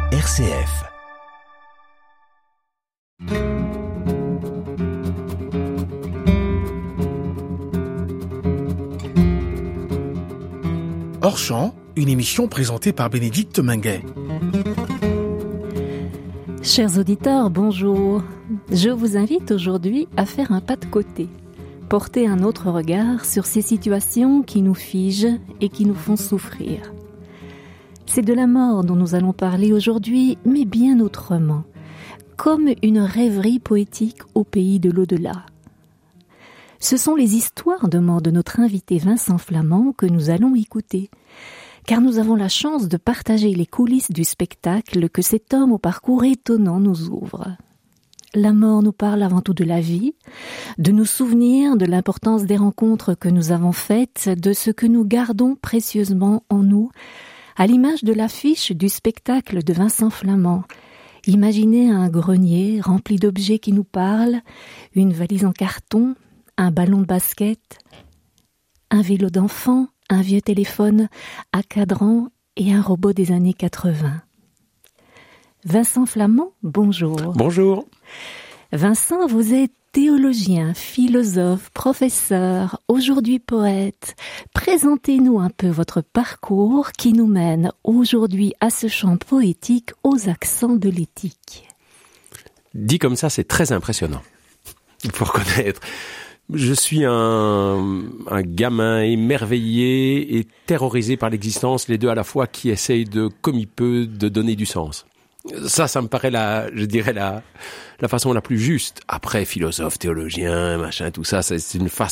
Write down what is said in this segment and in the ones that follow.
RCF. Hors champ, une émission présentée par Bénédicte Minguet. Chers auditeurs, bonjour. Je vous invite aujourd'hui à faire un pas de côté, porter un autre regard sur ces situations qui nous figent et qui nous font souffrir. C'est de la mort dont nous allons parler aujourd'hui, mais bien autrement, comme une rêverie poétique au pays de l'au-delà. Ce sont les histoires de mort de notre invité Vincent Flamand que nous allons écouter, car nous avons la chance de partager les coulisses du spectacle que cet homme au parcours étonnant nous ouvre. La mort nous parle avant tout de la vie, de nos souvenirs, de l'importance des rencontres que nous avons faites, de ce que nous gardons précieusement en nous, à l'image de l'affiche du spectacle de Vincent Flamand. Imaginez un grenier rempli d'objets qui nous parlent, une valise en carton, un ballon de basket, un vélo d'enfant, un vieux téléphone à cadran et un robot des années 80. Vincent Flamand, bonjour. Bonjour. Vincent, vous êtes théologien, philosophe, professeur, aujourd'hui poète. Présentez-nous un peu votre parcours qui nous mène aujourd'hui à ce chant poétique aux accents de l'éthique. Dit comme ça, c'est très impressionnant. Il faut reconnaître. Je suis un gamin émerveillé et terrorisé par l'existence, les deux à la fois, qui essaye de, comme il peut, de donner du sens. Ça me paraît la façon la plus juste. Après, philosophe, théologien, machin, tout ça, c'est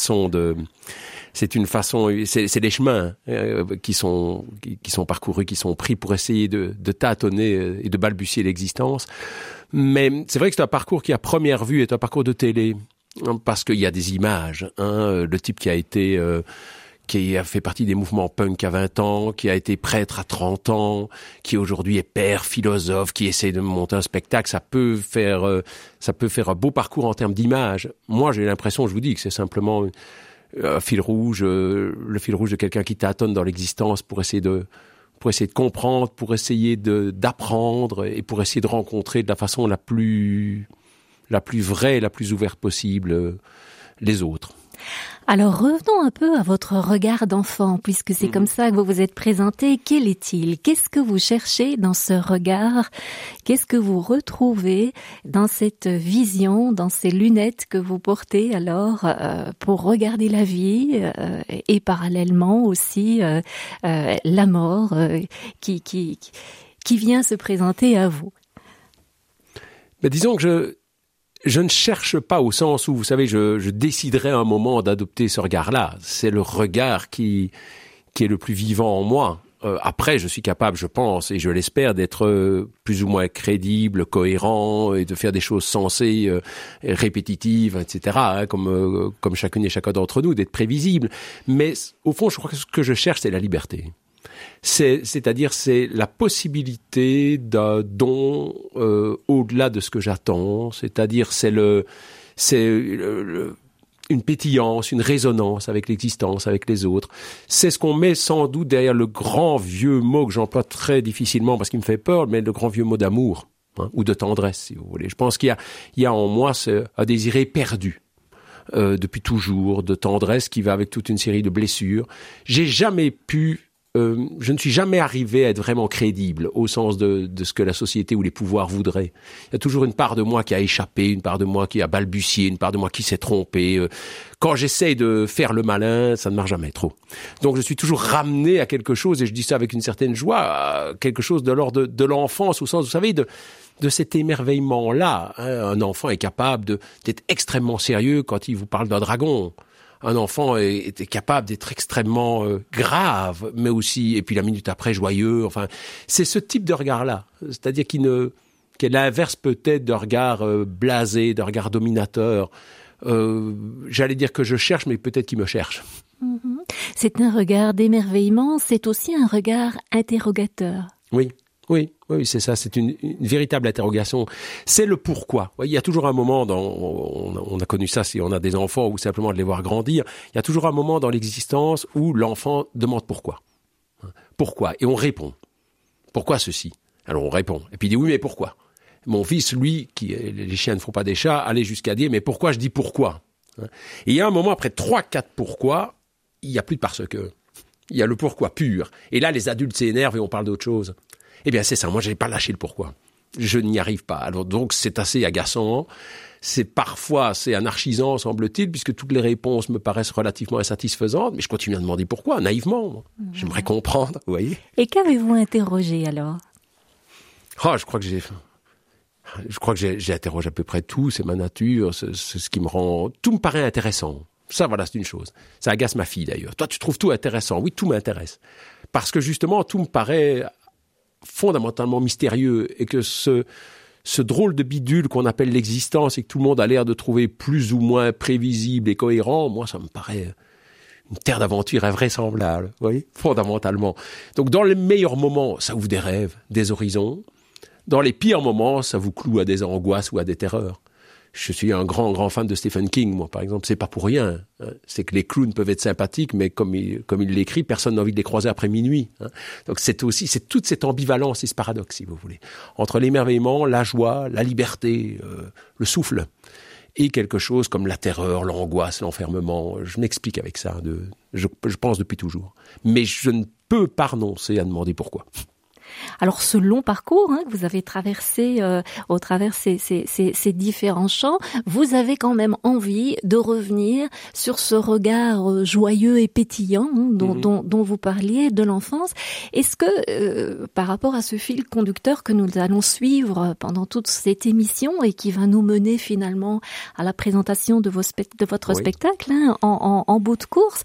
les chemins qui sont parcourus, qui sont pris pour essayer de tâtonner et de balbutier l'existence. Mais c'est vrai que c'est un parcours qui, à première vue, est un parcours de télé, parce qu'il y a des images. Le type qui a fait partie des mouvements punk à 20 ans, qui a été prêtre à 30 ans, qui aujourd'hui est père, philosophe, qui essaie de monter un spectacle, ça peut faire un beau parcours en termes d'image. Moi, j'ai l'impression, je vous dis, que c'est simplement un fil rouge, le fil rouge de quelqu'un qui tâtonne dans l'existence pour essayer de comprendre, pour essayer d'apprendre et pour essayer de rencontrer de la façon la plus vraie et la plus ouverte possible les autres. Alors revenons un peu à votre regard d'enfant, puisque c'est comme ça que vous vous êtes présenté. Quel est-il ? Qu'est-ce que vous cherchez dans ce regard ? Qu'est-ce que vous retrouvez dans cette vision, dans ces lunettes que vous portez alors pour regarder la vie et parallèlement aussi la mort qui vient se présenter à vous ? Mais disons que je ne cherche pas au sens où, vous savez, je déciderai un moment d'adopter ce regard-là. C'est le regard qui est le plus vivant en moi. Après, je suis capable, je pense, et je l'espère, d'être plus ou moins crédible, cohérent, et de faire des choses sensées, répétitives, etc., comme chacune et chacun d'entre nous, d'être prévisible. Mais au fond, je crois que ce que je cherche, c'est la liberté. C'est-à-dire, c'est la possibilité d'un don au-delà de ce que j'attends. C'est-à-dire, c'est une pétillance, une résonance avec l'existence, avec les autres. C'est ce qu'on met sans doute derrière le grand vieux mot que j'emploie très difficilement parce qu'il me fait peur, mais le grand vieux mot d'amour, ou de tendresse, si vous voulez. Je pense qu'il y a en moi un désir perdu. Depuis toujours, de tendresse qui va avec toute une série de blessures. Je ne suis jamais arrivé à être vraiment crédible au sens de ce que la société ou les pouvoirs voudraient. Il y a toujours une part de moi qui a échappé, une part de moi qui a balbutié, une part de moi qui s'est trompée. Quand j'essaye de faire le malin, ça ne marche jamais trop. Donc je suis toujours ramené à quelque chose, et je dis ça avec une certaine joie, à quelque chose de l'ordre de l'enfance, au sens, vous savez, de cet émerveillement-là. Un enfant est capable d'être extrêmement sérieux quand il vous parle d'un dragon. Un enfant est capable d'être extrêmement grave, mais aussi, et puis la minute après, joyeux. Enfin, c'est ce type de regard-là. C'est-à-dire qui est l'inverse peut-être d'un regard blasé, d'un regard dominateur. J'allais dire que je cherche, mais peut-être qu'il me cherche. C'est un regard d'émerveillement, c'est aussi un regard interrogateur. Oui. Oui, c'est ça, c'est une véritable interrogation. C'est le pourquoi. Il y a toujours un moment, on a connu ça si on a des enfants ou simplement de les voir grandir, il y a toujours un moment dans l'existence où l'enfant demande pourquoi. Pourquoi ? Et on répond. Pourquoi ceci ? Alors on répond. Et puis il dit oui, mais pourquoi? Mon fils, lui, les chiens ne font pas des chats, allait jusqu'à dire mais pourquoi? Je dis pourquoi. Et il y a un moment, après 3-4 pourquoi, il n'y a plus de parce que. Il y a le pourquoi pur. Et là, les adultes s'énervent et on parle d'autre chose. Eh bien, c'est ça. Moi, je n'ai pas lâché le pourquoi. Je n'y arrive pas. Alors donc, c'est assez agaçant. Parfois anarchisant, semble-t-il, puisque toutes les réponses me paraissent relativement insatisfaisantes, mais je continue à demander pourquoi, naïvement. J'aimerais comprendre, vous voyez. Et qu'avez-vous interrogé alors? Je crois que j'ai interrogé à peu près tout, c'est ma nature, c'est ce qui me rend... Tout me paraît intéressant. Ça, voilà, c'est une chose. Ça agace ma fille, d'ailleurs. Toi, tu trouves tout intéressant. Oui, tout m'intéresse. Parce que, justement, tout me paraît fondamentalement mystérieux et que ce drôle de bidule qu'on appelle l'existence et que tout le monde a l'air de trouver plus ou moins prévisible et cohérent, moi, ça me paraît une terre d'aventure invraisemblable, vous voyez, fondamentalement. Donc, dans les meilleurs moments, ça ouvre des rêves, des horizons. Dans les pires moments, ça vous cloue à des angoisses ou à des terreurs. Je suis un grand fan de Stephen King, moi, par exemple. C'est pas pour rien. C'est que les clowns peuvent être sympathiques, mais comme il l'écrit, personne n'a envie de les croiser après minuit. Donc c'est toute cette ambivalence et ce paradoxe, si vous voulez, entre l'émerveillement, la joie, la liberté, le souffle, et quelque chose comme la terreur, l'angoisse, l'enfermement. Je m'explique avec ça, je pense depuis toujours. Mais je ne peux pas renoncer à demander pourquoi. Alors ce long parcours que vous avez traversé au travers ces différents champs, vous avez quand même envie de revenir sur ce regard joyeux et pétillant dont vous parliez de l'enfance. Est-ce que par rapport à ce fil conducteur que nous allons suivre pendant toute cette émission et qui va nous mener finalement à la présentation de votre spectacle en bout de course,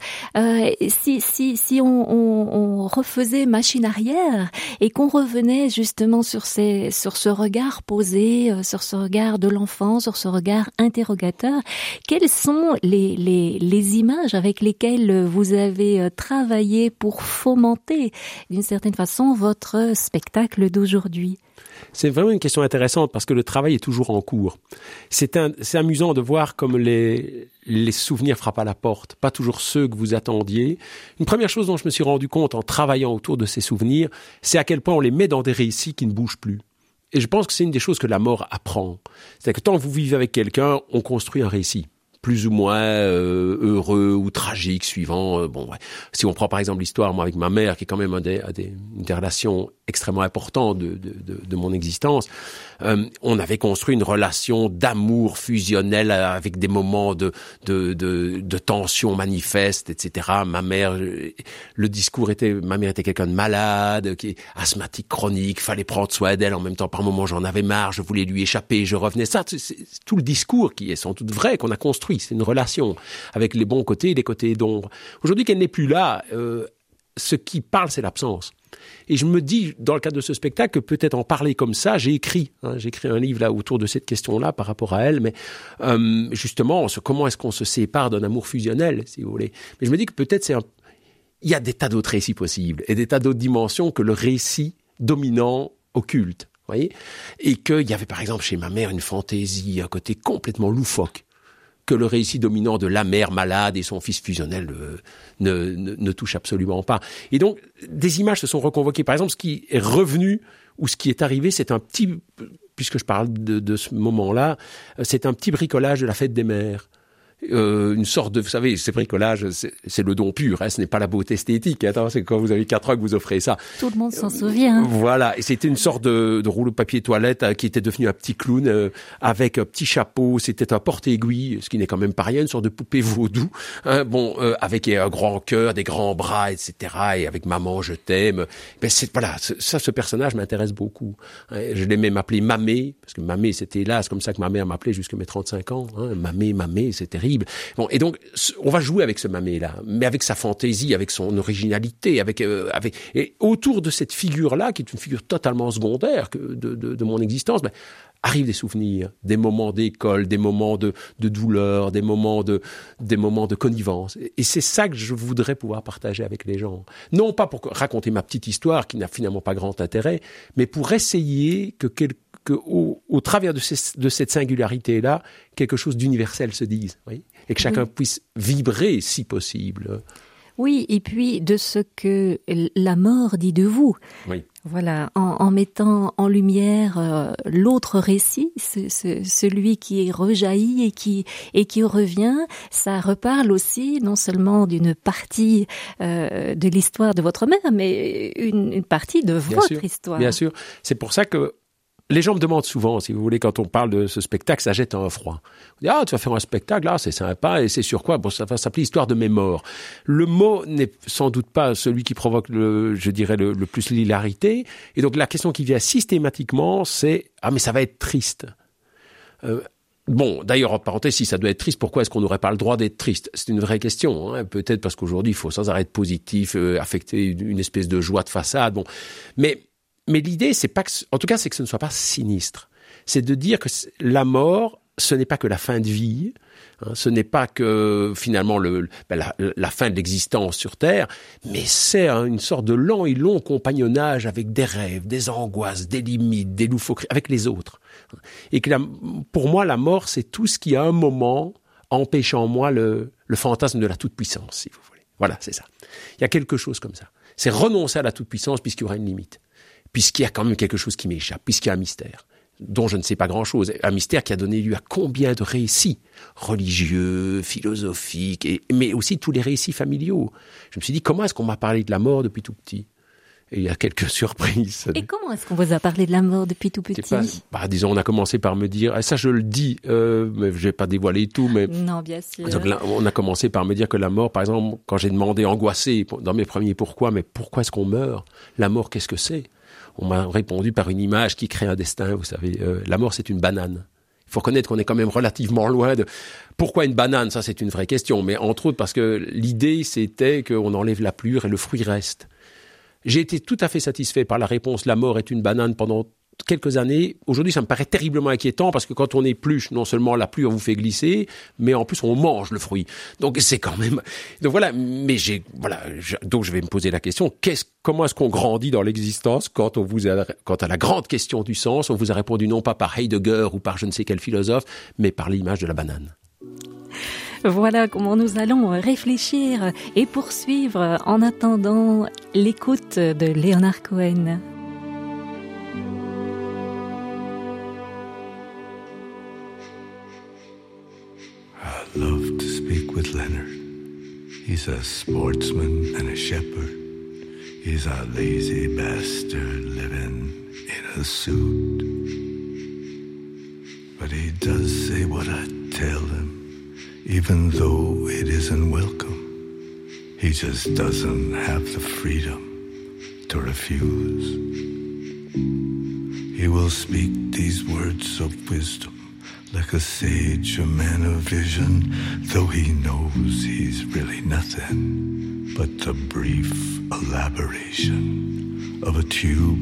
si on refaisait machine arrière et qu'on revenait justement sur ce regard posé, sur ce regard de l'enfant, sur ce regard interrogateur, quelles sont les images avec lesquelles vous avez travaillé pour fomenter d'une certaine façon votre spectacle d'aujourd'hui? C'est vraiment une question intéressante parce que le travail est toujours en cours. C'est amusant de voir comme les souvenirs frappent à la porte, pas toujours ceux que vous attendiez. Une première chose dont je me suis rendu compte en travaillant autour de ces souvenirs, c'est à quel point on les met dans des récits qui ne bougent plus. Et je pense que c'est une des choses que la mort apprend. C'est-à-dire que tant que vous vivez avec quelqu'un, on construit un récit. Plus ou moins heureux ou tragique, suivant. Si on prend par exemple l'histoire, moi avec ma mère, qui est quand même une des relations extrêmement importantes de mon existence, on avait construit une relation d'amour fusionnel avec des moments de tension manifeste, etc. Ma mère était quelqu'un de malade, qui est asthmatique chronique, fallait prendre soin d'elle. En même temps, par moments, j'en avais marre, je voulais lui échapper, je revenais. Ça, c'est tout le discours qui est sans doute vrai, qu'on a construit. C'est une relation avec les bons côtés et les côtés d'ombre. Aujourd'hui qu'elle n'est plus là, ce qui parle, c'est l'absence. Et je me dis, dans le cadre de ce spectacle, que peut-être en parler comme ça, j'ai écrit un livre là autour de cette question-là par rapport à elle, mais justement, comment est-ce qu'on se sépare d'un amour fusionnel, si vous voulez. Mais je me dis que peut-être il y a des tas d'autres récits possibles et des tas d'autres dimensions que le récit dominant occulte, voyez. Et qu'il y avait par exemple chez ma mère une fantaisie, un côté complètement loufoque, que le récit dominant de la mère malade et son fils fusionnel ne touche absolument pas. Et donc, des images se sont reconvoquées. Par exemple, ce qui est revenu ou ce qui est arrivé, c'est un petit, puisque je parle de ce moment-là, c'est un petit bricolage de la fête des mères. Une sorte de, vous savez, ces bricolages, c'est le don pur, ce n'est pas la beauté esthétique. C'est quand vous avez 4 ans que vous offrez ça. Tout le monde s'en souvient. Voilà, et c'était une sorte de rouleau de papier toilette qui était devenu un petit clown avec un petit chapeau. C'était un porte-aiguille, ce qui n'est quand même pas rien, une sorte de poupée vaudou. Avec un grand cœur, des grands bras, etc. Et avec maman, je t'aime. Ce personnage m'intéresse beaucoup. Je l'aimais m'appeler Mamé, parce que Mamé, c'était hélas comme ça que ma mère m'appelait jusqu'à mes 35 ans. Mamé, c'est terrible. Bon, et donc, on va jouer avec ce Mamé-là, mais avec sa fantaisie, avec son originalité, et autour de cette figure-là, qui est une figure totalement secondaire de mon existence, arrivent des souvenirs, des moments d'école, des moments de douleur, des moments de connivence. Et c'est ça que je voudrais pouvoir partager avec les gens. Non pas pour raconter ma petite histoire, qui n'a finalement pas grand intérêt, mais pour essayer au travers de cette singularité-là, quelque chose d'universel se dise, oui, et que chacun puisse vibrer, si possible. Oui, et puis de ce que la mort dit de vous. Oui. Voilà, en mettant en lumière l'autre récit, celui qui rejaillit et qui revient, ça reparle aussi non seulement d'une partie de l'histoire de votre mère, mais une partie de votre histoire. Bien sûr, c'est pour ça que les gens me demandent souvent, si vous voulez, quand on parle de ce spectacle, ça jette un froid. On dit, ah, tu vas faire un spectacle, là, c'est sympa, et c'est sur quoi? Bon, ça va s'appeler Histoire de mes morts. Le mot n'est sans doute pas celui qui provoque le plus l'hilarité. Et donc, la question qui vient systématiquement, c'est, ah, mais ça va être triste. Bon, d'ailleurs, en parenthèse, si ça doit être triste, pourquoi est-ce qu'on n'aurait pas le droit d'être triste? C'est une vraie question, hein. Peut-être parce qu'aujourd'hui, il faut sans arrêt être positif, affecter une espèce de joie de façade, bon. Mais l'idée, c'est pas que, en tout cas, c'est que ce ne soit pas sinistre. C'est de dire que la mort, ce n'est pas que la fin de vie, hein, ce n'est pas que finalement la fin de l'existence sur Terre, mais c'est une sorte de lent et long compagnonnage avec des rêves, des angoisses, des limites, des loufoqueries, avec les autres. Et que pour moi, la mort, c'est tout ce qui, à un moment, empêche en moi le fantasme de la toute-puissance, si vous voulez. Voilà, c'est ça. Il y a quelque chose comme ça. C'est renoncer à la toute-puissance puisqu'il y aura une limite. Puisqu'il y a quand même quelque chose qui m'échappe, puisqu'il y a un mystère, dont je ne sais pas grand-chose. Un mystère qui a donné lieu à combien de récits religieux, philosophiques, mais aussi tous les récits familiaux. Je me suis dit, comment est-ce qu'on m'a parlé de la mort depuis tout petit? Et il y a quelques surprises. Et comment est-ce qu'on vous a parlé de la mort depuis tout petit? Disons, on a commencé par me dire, ça je le dis, mais je vais pas dévoiler tout, mais... Non, bien sûr. Donc là, on a commencé par me dire que la mort, par exemple, quand j'ai demandé, angoissé, dans mes premiers pourquoi, mais pourquoi est-ce qu'on meurt? La mort, qu'est-ce que c'est? On m'a répondu par une image qui crée un destin, vous savez. La mort, c'est une banane. Il faut reconnaître qu'on est quand même relativement loin de... Pourquoi une banane? Ça, c'est une vraie question. Mais entre autres, parce que l'idée, c'était qu'on enlève la pelure et le fruit reste. J'ai été tout à fait satisfait par la réponse « La mort est une banane » pendant quelques années. Aujourd'hui, ça me paraît terriblement inquiétant parce que quand on épluche, non seulement la pelure vous fait glisser, mais en plus on mange le fruit. Donc c'est quand même... Donc voilà, mais donc je vais me poser la question, comment est-ce qu'on grandit dans l'existence quant à la grande question du sens? On vous a répondu non pas par Heidegger ou par je ne sais quel philosophe, mais par l'image de la banane. Voilà comment nous allons réfléchir et poursuivre en attendant l'écoute de Leonard Cohen. I love to speak with Leonard. He's a sportsman and a shepherd. He's a lazy bastard living in a suit. But he does say what I tell him, even though it isn't welcome. He just doesn't have the freedom to refuse. He will speak these words of wisdom like a sage, a man of vision, though he knows he's really nothing but the brief elaboration of a tube.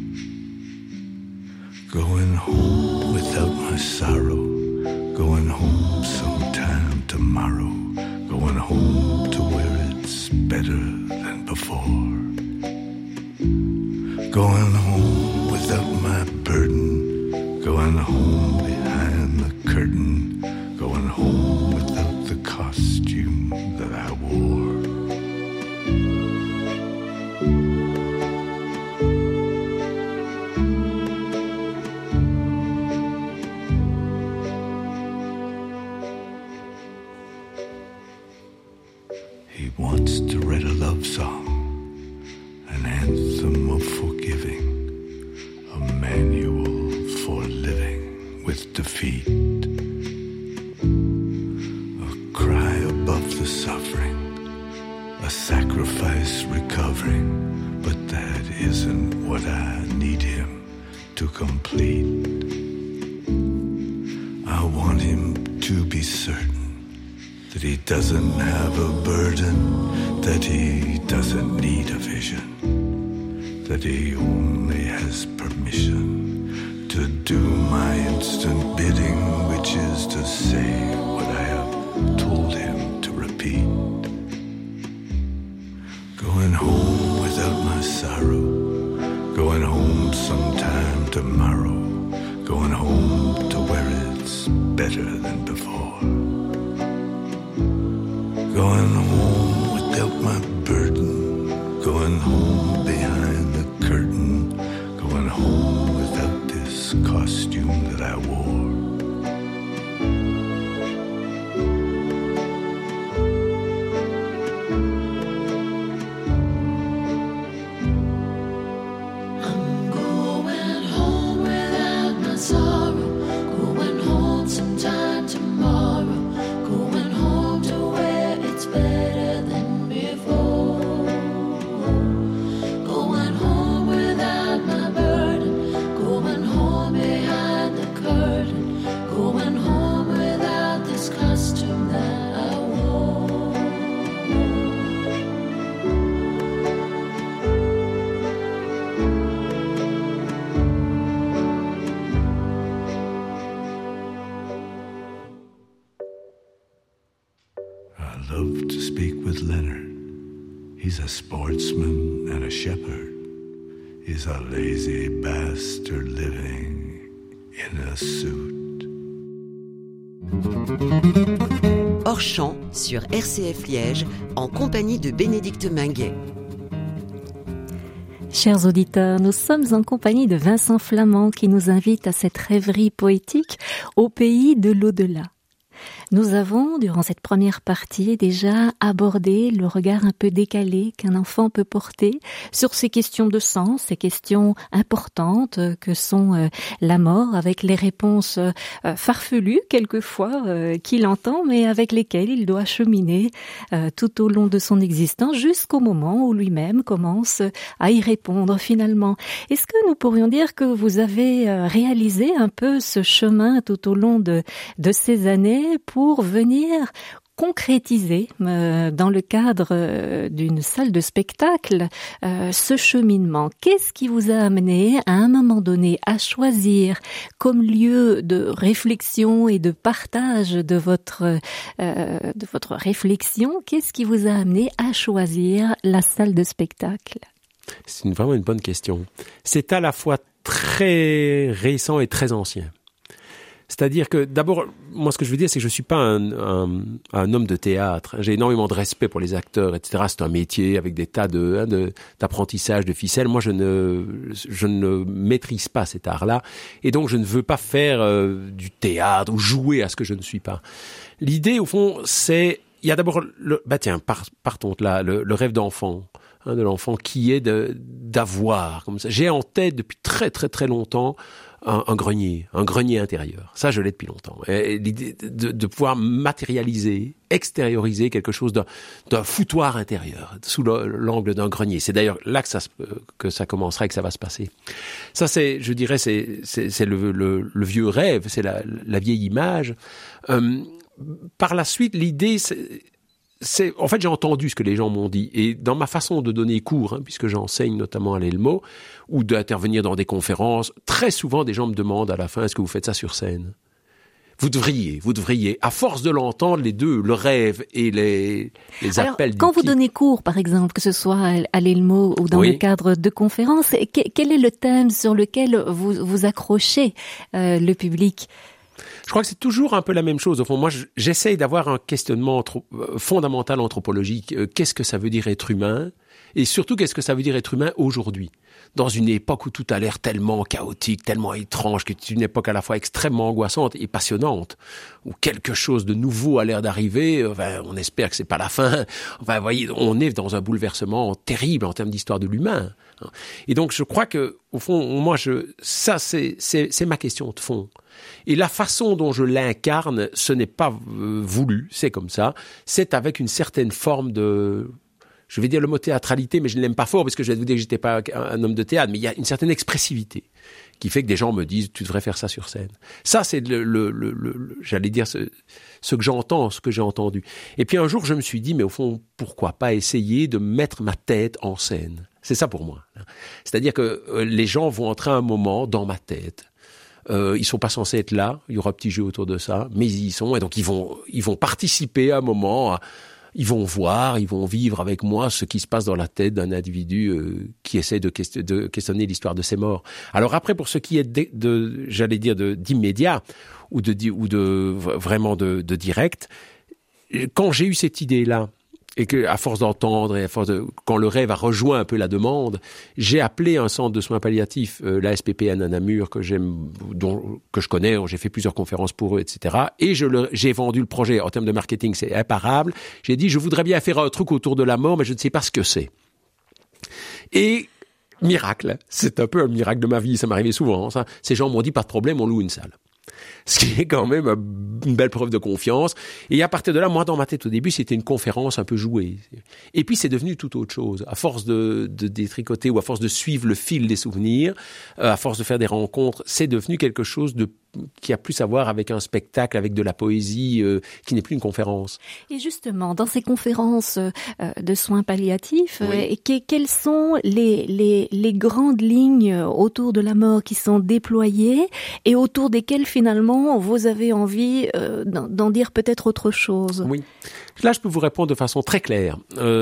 Going home without my sorrow, going home sometime tomorrow, going home to where it's better than before. Going home without my burden, going home behind the curtain, going home without the costume that I wore. He wants to write a love song, an anthem of forgiving, a manual for living with defeat, a cry above the suffering, a sacrifice recovering, but that isn't what I need him to complete. I want him to be certain that he doesn't have a burden, that he doesn't need a vision, that he only has permission to do my instant bidding, which is to say what I have told him to repeat. Going home without my sorrow, going home sometime tomorrow, going home to where it's better than before. Going home without my burden, going home behind the curtain, this costume that I wore. I love to speak with Leonard. He's a sportsman and a shepherd. He's a lazy bastard living in a suit. Hors champ sur RCF Liège en compagnie de Bénédicte Minguet. Chers auditeurs, nous sommes en compagnie de Vincent Flamand qui nous invite à cette rêverie poétique au pays de l'au-delà. Nous avons, durant cette première partie, déjà abordé le regard un peu décalé qu'un enfant peut porter sur ces questions de sens, ces questions importantes que sont la mort, avec les réponses farfelues quelquefois qu'il entend, mais avec lesquelles il doit cheminer tout au long de son existence jusqu'au moment où lui-même commence à y répondre finalement. Est-ce que nous pourrions dire que vous avez réalisé un peu ce chemin tout au long de ces années pour venir concrétiser dans le cadre d'une salle de spectacle ce cheminement? Qu'est-ce qui vous a amené à un moment donné à choisir comme lieu de réflexion et de partage de votre réflexion? Qu'est-ce qui vous a amené à choisir la salle de spectacle? C'est vraiment une bonne question. C'est à la fois très récent et très ancien. C'est-à-dire que, d'abord, moi, ce que je veux dire, c'est que je suis pas un homme de théâtre. J'ai énormément de respect pour les acteurs, etc. C'est un métier avec des tas d'apprentissage, de ficelles. Moi, je ne maîtrise pas cet art-là. Et donc, je ne veux pas faire du théâtre ou jouer à ce que je ne suis pas. L'idée, au fond, c'est, il y a d'abord partons de là, le rêve d'enfant. De l'enfant qui est d'avoir, comme ça. J'ai en tête depuis très, très, très longtemps un grenier intérieur. Ça, je l'ai depuis longtemps. Et l'idée de pouvoir matérialiser, extérioriser quelque chose d'un foutoir intérieur, sous l'angle d'un grenier. C'est d'ailleurs là que ça commencera et que ça va se passer. Ça, c'est le vieux rêve, c'est la vieille image. Par la suite, l'idée, en fait, j'ai entendu ce que les gens m'ont dit. Et dans ma façon de donner cours, puisque j'enseigne notamment à l'ELMO, ou d'intervenir dans des conférences, très souvent, des gens me demandent à la fin, est-ce que vous faites ça sur scène? Vous devriez, à force de l'entendre, les deux, le rêve et les appels. Quand vous donnez cours, par exemple, que ce soit à l'ELMO ou dans le cadre de conférences, quel est le thème sur lequel vous accrochez le public? Je crois que c'est toujours un peu la même chose. Au fond, moi, j'essaye d'avoir un questionnement fondamental anthropologique. Qu'est-ce que ça veut dire être humain? Et surtout, qu'est-ce que ça veut dire être humain aujourd'hui? Dans une époque où tout a l'air tellement chaotique, tellement étrange, que c'est une époque à la fois extrêmement angoissante et passionnante, où quelque chose de nouveau a l'air d'arriver, on espère que c'est pas la fin. Enfin, vous voyez, on est dans un bouleversement terrible en termes d'histoire de l'humain. Et donc, je crois que, au fond, moi, ça, c'est ma question de fond. Et la façon dont je l'incarne, ce n'est pas voulu, c'est comme ça. C'est avec une certaine forme de, je vais dire le mot théâtralité, mais je ne l'aime pas fort parce que je vais vous dire que j'étais pas un homme de théâtre, mais il y a une certaine expressivité qui fait que des gens me disent tu devrais faire ça sur scène. Ça, c'est j'allais dire ce que j'entends, ce que j'ai entendu. Et puis un jour, je me suis dit mais au fond, pourquoi pas essayer de mettre ma tête en scène? C'est ça pour moi. C'est-à-dire que les gens vont entrer un moment dans ma tête. Ils sont pas censés être là, il y aura un petit jeu autour de ça, mais ils y sont, et donc ils vont participer à un moment, ils vont voir, ils vont vivre avec moi ce qui se passe dans la tête d'un individu qui essaie de questionner l'histoire de ses morts. Alors après, pour ce qui est j'allais dire d'immédiat ou de vraiment de direct, quand j'ai eu cette idée-là, et que, à force d'entendre et quand le rêve a rejoint un peu la demande, j'ai appelé un centre de soins palliatifs, la SPPN à Namur, que je connais, j'ai fait plusieurs conférences pour eux, etc. Et j'ai vendu le projet. En termes de marketing, c'est imparable. J'ai dit, je voudrais bien faire un truc autour de la mort, mais je ne sais pas ce que c'est. Et miracle, c'est un peu un miracle de ma vie, ça m'arrivait souvent, ça. Ces gens m'ont dit, pas de problème, on loue une salle. Ce qui est quand même une belle preuve de confiance. Et à partir de là, moi, dans ma tête, au début, c'était une conférence un peu jouée. Et puis, c'est devenu tout autre chose. À force de détricoter ou à force de suivre le fil des souvenirs, à force de faire des rencontres, c'est devenu quelque chose qui a plus à voir avec un spectacle, avec de la poésie, qui n'est plus une conférence. Et justement, dans ces conférences de soins palliatifs, oui. Quelles sont les grandes lignes autour de la mort qui sont déployées et autour desquelles finalement vous avez envie d'en dire peut-être autre chose? Oui. Là, je peux vous répondre de façon très claire.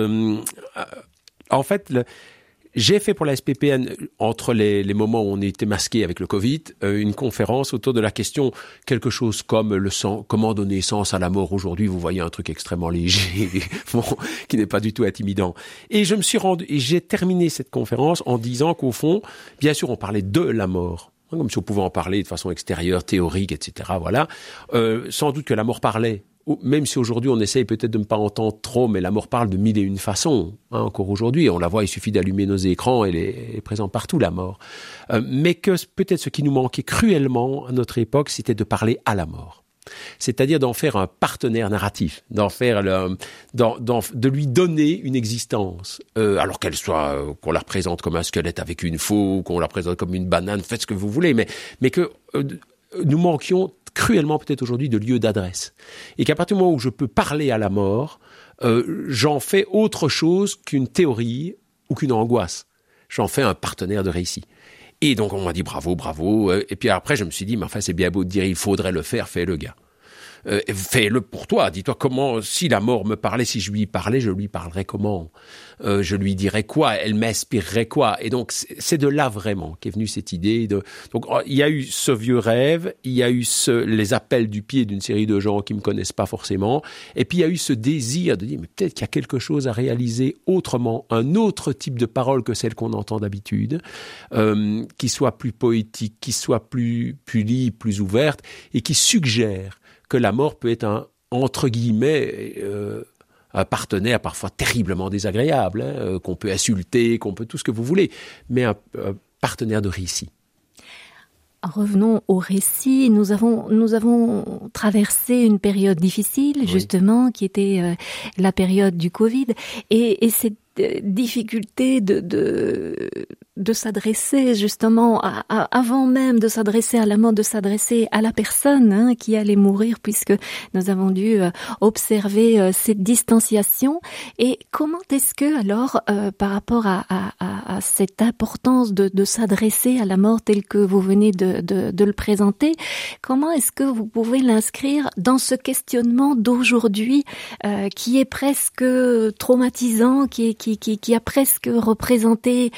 En fait, j'ai fait pour la SPPN, entre les moments où on était masqué avec le Covid, une conférence autour de la question, quelque chose comme le sang, comment donner sens à la mort aujourd'hui. Vous voyez un truc extrêmement léger, bon, qui n'est pas du tout intimidant. Et j'ai terminé cette conférence en disant qu'au fond, bien sûr, on parlait de la mort, comme si on pouvait en parler de façon extérieure, théorique, etc. Voilà. Sans doute que la mort parlait. Même si aujourd'hui on essaye peut-être de ne pas entendre trop, mais la mort parle de 1001 façons, encore aujourd'hui. On la voit, il suffit d'allumer nos écrans, elle est présente partout, la mort. Mais que peut-être ce qui nous manquait cruellement à notre époque, c'était de parler à la mort. C'est-à-dire d'en faire un partenaire narratif, de lui donner une existence, alors qu'elle soit, qu'on la représente comme un squelette avec une faux, qu'on la représente comme une banane, faites ce que vous voulez, mais que nous manquions cruellement peut-être aujourd'hui de lieu d'adresse. Et qu'à partir du moment où je peux parler à la mort, j'en fais autre chose qu'une théorie ou qu'une angoisse. J'en fais un partenaire de récit. Et donc on m'a dit bravo. Et puis après je me suis dit, mais enfin c'est bien beau de dire il faudrait le faire, fais-le gars. Fais-le pour toi, dis-toi comment, si la mort me parlait, si je lui parlais, je lui parlerais comment, je lui dirais quoi, elle m'inspirerait quoi. Et donc c'est de là vraiment qu'est venue cette idée donc il y a eu ce vieux rêve, il y a eu les appels du pied d'une série de gens qui me connaissent pas forcément, et puis il y a eu ce désir de dire mais peut-être qu'il y a quelque chose à réaliser autrement, un autre type de parole que celle qu'on entend d'habitude, qui soit plus poétique, qui soit plus libre, plus ouverte, et qui suggère que la mort peut être entre guillemets, un partenaire parfois terriblement désagréable, qu'on peut insulter, qu'on peut tout ce que vous voulez, mais un partenaire de récit. Revenons au récit. Nous avons traversé une période difficile, justement, qui était la période du Covid, et cette difficulté de s'adresser justement avant même de s'adresser à la mort, de s'adresser à la personne qui allait mourir, puisque nous avons dû observer cette distanciation. Et comment est-ce que alors par rapport à cette importance de s'adresser à la mort telle que vous venez de le présenter, comment est-ce que vous pouvez l'inscrire dans ce questionnement d'aujourd'hui qui est presque traumatisant, qui a presque représenté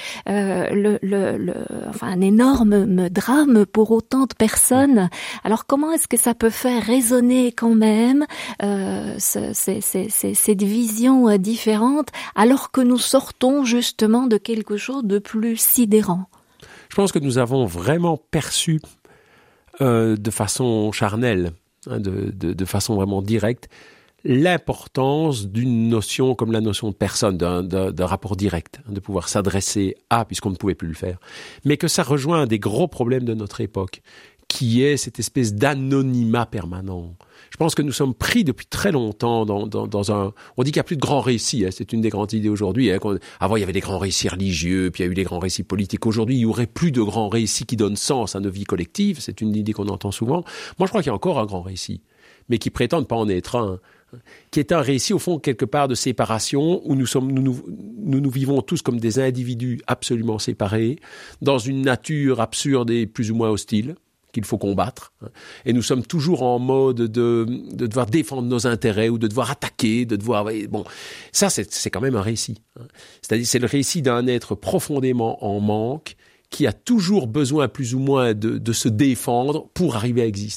un énorme drame pour autant de personnes. Alors comment est-ce que ça peut faire résonner quand même cette vision différente, alors que nous sortons justement de quelque chose de plus sidérant? Je pense que nous avons vraiment perçu de façon charnelle, de façon vraiment directe, l'importance d'une notion comme la notion de personne, d'un rapport direct, de pouvoir s'adresser à, puisqu'on ne pouvait plus le faire. Mais que ça rejoint un des gros problèmes de notre époque, qui est cette espèce d'anonymat permanent. Je pense que nous sommes pris depuis très longtemps dans un... On dit qu'il n'y a plus de grands récits, c'est une des grandes idées aujourd'hui. Avant, il y avait des grands récits religieux, puis il y a eu des grands récits politiques. Aujourd'hui, il n'y aurait plus de grands récits qui donnent sens à nos vies collectives. C'est une idée qu'on entend souvent. Moi, je crois qu'il y a encore un grand récit, mais qui prétend ne pas en être un, qui est un récit, au fond, quelque part de séparation, où nous vivons tous comme des individus absolument séparés, dans une nature absurde et plus ou moins hostile, qu'il faut combattre. Et nous sommes toujours en mode de devoir défendre nos intérêts ou de devoir attaquer, de devoir... Bon, ça, c'est quand même un récit. C'est-à-dire, c'est le récit d'un être profondément en manque, qui a toujours besoin plus ou moins de se défendre pour arriver à exister.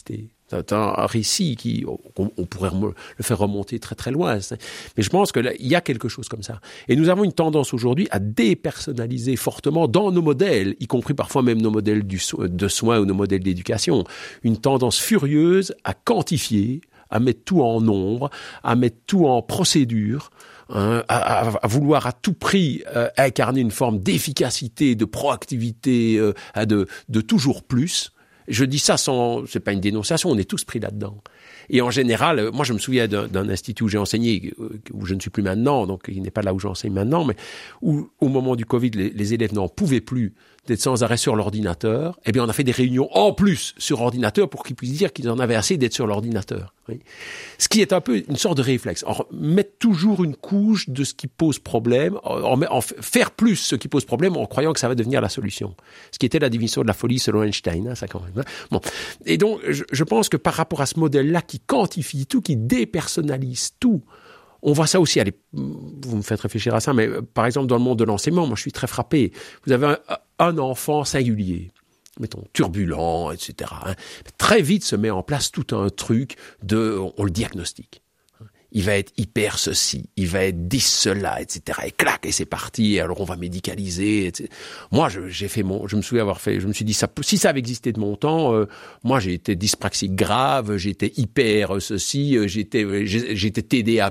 C'est un récit on pourrait le faire remonter très très loin. Mais je pense que là, il y a quelque chose comme ça. Et nous avons une tendance aujourd'hui à dépersonnaliser fortement dans nos modèles, y compris parfois même nos modèles de soins ou nos modèles d'éducation. Une tendance furieuse à quantifier, à mettre tout en nombre, à mettre tout en procédure, à vouloir à tout prix incarner une forme d'efficacité, de proactivité, de toujours plus. Je dis ça c'est pas une dénonciation, on est tous pris là-dedans. Et en général, moi je me souviens d'un institut où j'ai enseigné, où je ne suis plus maintenant, donc il n'est pas là où j'enseigne maintenant, mais où au moment du Covid, les élèves n'en pouvaient plus d'être sans arrêt sur l'ordinateur. Eh bien, on a fait des réunions en plus sur ordinateur pour qu'ils puissent dire qu'ils en avaient assez d'être sur l'ordinateur. Oui. Ce qui est un peu une sorte de réflexe. Mettre toujours une couche de ce qui pose problème, faire plus ce qui pose problème en croyant que ça va devenir la solution. Ce qui était la définition de la folie selon Einstein, ça quand même. Bon. Et donc, je pense que par rapport à ce modèle-là qui quantifie tout, qui dépersonnalise tout, on voit ça aussi, vous me faites réfléchir à ça, mais par exemple dans le monde de l'enseignement, moi je suis très frappé. Vous avez un enfant singulier, mettons, turbulent, etc. Très vite se met en place tout un truc on le diagnostique. Il va être hyper ceci, il va être 10 cela, etc. Et clac, et c'est parti, alors on va médicaliser, etc. Moi, je me suis dit, si ça avait existé de mon temps, moi j'ai été dyspraxique grave, j'étais hyper ceci, j'étais TDA++,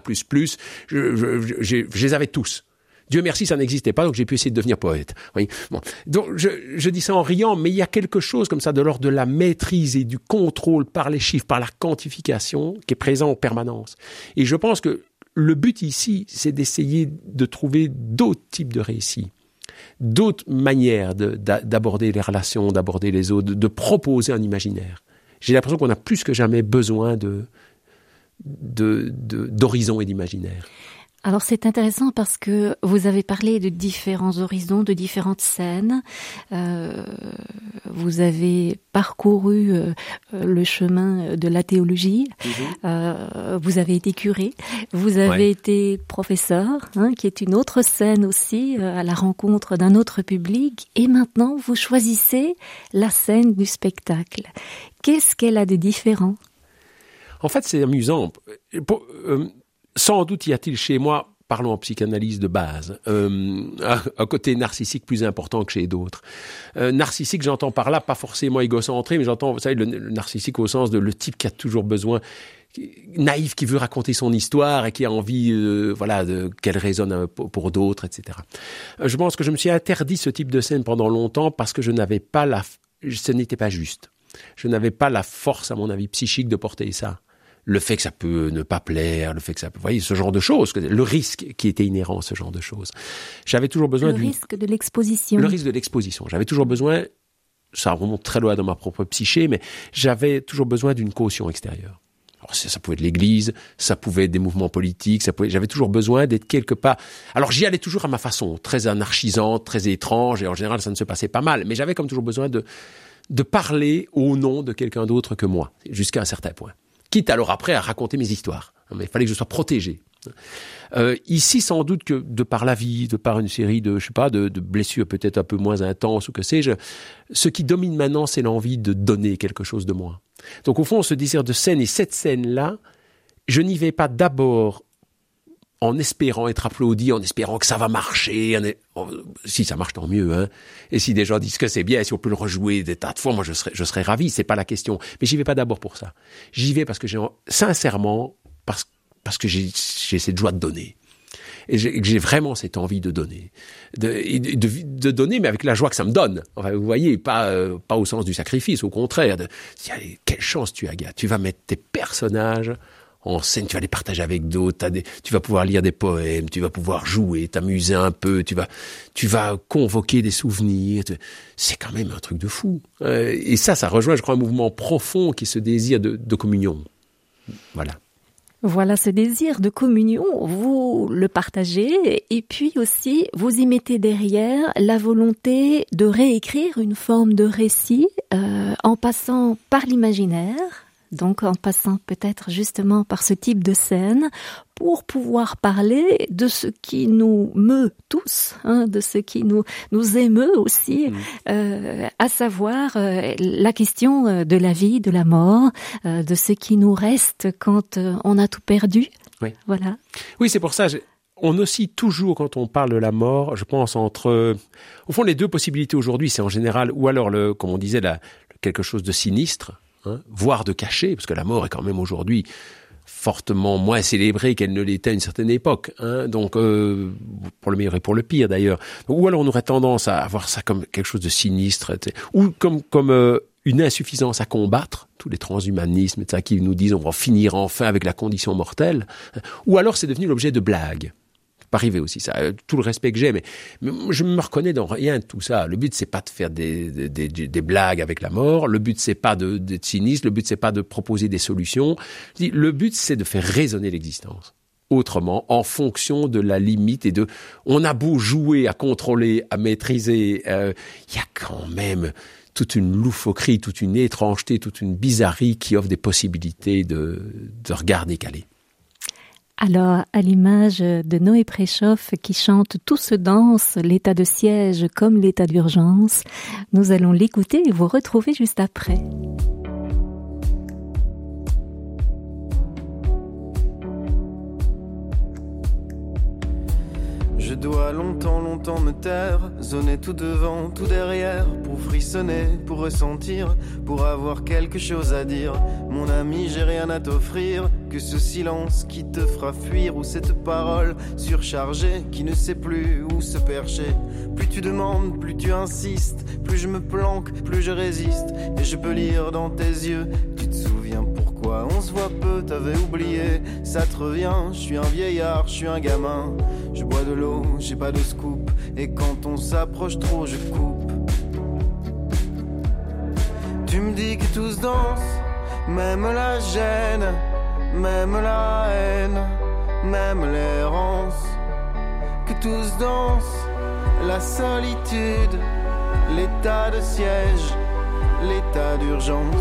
je les avais tous. Dieu merci, ça n'existait pas, donc j'ai pu essayer de devenir poète. Oui. Bon. Donc, je dis ça en riant, mais il y a quelque chose comme ça de l'ordre de la maîtrise et du contrôle par les chiffres, par la quantification, qui est présent en permanence. Et je pense que le but ici, c'est d'essayer de trouver d'autres types de récits, d'autres manières d'aborder les relations, d'aborder les autres, de proposer un imaginaire. J'ai l'impression qu'on a plus que jamais besoin d'horizons et d'imaginaire. Alors c'est intéressant parce que vous avez parlé de différents horizons, de différentes scènes. Vous avez parcouru le chemin de la théologie. Vous avez été curé. Vous avez été professeur, qui est une autre scène aussi, à la rencontre d'un autre public. Et maintenant, vous choisissez la scène du spectacle. Qu'est-ce qu'elle a de différent ? En fait, c'est amusant. Sans doute y a-t-il chez moi, parlons en psychanalyse de base, un côté narcissique plus important que chez d'autres. Narcissique, j'entends par là, pas forcément égocentré, mais j'entends, vous savez, le narcissique au sens de le type qui a toujours besoin, naïf, qui veut raconter son histoire et qui a envie, qu'elle résonne pour d'autres, etc. Je pense que je me suis interdit ce type de scène pendant longtemps parce que ce n'était pas juste. Je n'avais pas la force, à mon avis, psychique de porter ça. Le fait que ça peut ne pas plaire, le fait que ça peut, vous voyez, ce genre de choses, le risque qui était inhérent à ce genre de choses. J'avais toujours besoin Le risque de l'exposition. Le risque de l'exposition. J'avais toujours besoin, ça remonte très loin dans ma propre psyché, mais j'avais toujours besoin d'une caution extérieure. Alors, ça pouvait être l'église, ça pouvait être des mouvements politiques, j'avais toujours besoin d'être quelque part. Alors, j'y allais toujours à ma façon, très anarchisante, très étrange, et en général, ça ne se passait pas mal. Mais j'avais comme toujours besoin de parler au nom de quelqu'un d'autre que moi, jusqu'à un certain point. Quitte alors après à raconter mes histoires. Mais il fallait que je sois protégé. Ici, sans doute que de par la vie, de par une série de blessures peut-être un peu moins intenses ou que sais-je, ce qui domine maintenant, c'est l'envie de donner quelque chose de moi. Donc au fond, ce désir de scène et cette scène-là, je n'y vais pas d'abord en espérant être applaudi, en espérant que ça va marcher. Si ça marche, tant mieux. Et si des gens disent que c'est bien, si on peut le rejouer des tas de fois, moi je serais ravi, c'est pas la question. Mais j'y vais pas d'abord pour ça. J'y vais parce que sincèrement, parce que j'ai cette joie de donner. Et j'ai vraiment cette envie de donner. De donner, mais avec la joie que ça me donne. Enfin, vous voyez, pas au sens du sacrifice, au contraire. Quelle chance tu as, gars. Tu vas mettre tes personnages en scène, tu vas les partager avec d'autres, tu vas pouvoir lire des poèmes, tu vas pouvoir jouer, t'amuser un peu, tu vas convoquer des souvenirs. C'est quand même un truc de fou. Et ça rejoint, je crois, un mouvement profond qui est ce désir de communion. Voilà. Voilà, ce désir de communion, vous le partagez et puis aussi vous y mettez derrière la volonté de réécrire une forme de récit en passant par l'imaginaire. Donc en passant peut-être justement par ce type de scène pour pouvoir parler de ce qui nous meut tous, de ce qui nous émeut aussi, à savoir la question de la vie, de la mort, de ce qui nous reste quand on a tout perdu. Oui. Voilà. Oui, c'est pour ça. On oscille toujours, quand on parle de la mort, je pense, entre... Au fond, les deux possibilités aujourd'hui, c'est en général, ou alors, comme on disait, quelque chose de sinistre, voire de caché, parce que la mort est quand même aujourd'hui fortement moins célébrée qu'elle ne l'était à une certaine époque. Donc, pour le meilleur et pour le pire, d'ailleurs. Ou alors, on aurait tendance à voir ça comme quelque chose de sinistre, ou comme une insuffisance à combattre, tous les transhumanismes qui nous disent on va finir enfin avec la condition mortelle, ou alors c'est devenu l'objet de blagues. Pas arrivé aussi ça, tout le respect que j'ai, mais je me reconnais dans rien de tout ça. Le but c'est pas de faire des blagues avec la mort, le but c'est pas d'être sinistre, le but c'est pas de proposer des solutions. Je dis, le but c'est de faire résonner l'existence autrement, en fonction de la limite on a beau jouer à contrôler, à maîtriser, il y a quand même toute une loufoquerie, toute une étrangeté, toute une bizarrerie qui offre des possibilités de regard décalé. Alors, à l'image de Noé Préchoff qui chante « Tout se danse, l'état de siège comme l'état d'urgence », nous allons l'écouter et vous retrouver juste après. Je dois longtemps me taire, zoner tout devant, tout derrière, pour frissonner, pour ressentir, pour avoir quelque chose à dire. Mon ami, j'ai rien à t'offrir, que ce silence qui te fera fuir, ou cette parole surchargée qui ne sait plus où se percher. Plus tu demandes, plus tu insistes, plus je me planque, plus je résiste, et je peux lire dans tes yeux, tu te souviens pourquoi on se voit peu, t'avais oublié, ça te revient, je suis un vieillard, je suis un gamin, je bois de l'eau, j'ai pas de scoop, et quand on s'approche trop, je coupe. Tu me dis que tout se danse, même la gêne, même la haine, même l'errance, que tout se danse, la solitude, l'état de siège, l'état d'urgence.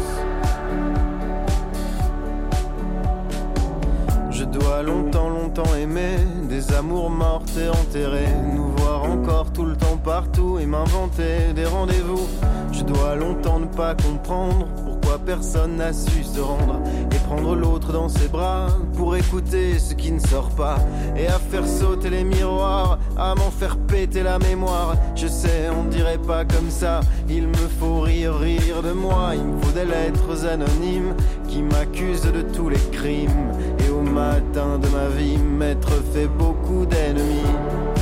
Je dois longtemps aimer des amours mortes et enterrées, nous voir encore tout le temps partout et m'inventer des rendez-vous. Je dois longtemps ne pas comprendre pourquoi personne n'a su se rendre et prendre l'autre dans ses bras pour écouter ce qui ne sort pas et à faire sauter les miroirs, à m'en faire péter la mémoire. Je sais, on dirait pas comme ça, il me faut rire de moi, il me faut des lettres anonymes qui m'accusent de tous les crimes. Et au matin de ma vie, m'être fait beaucoup d'ennemis.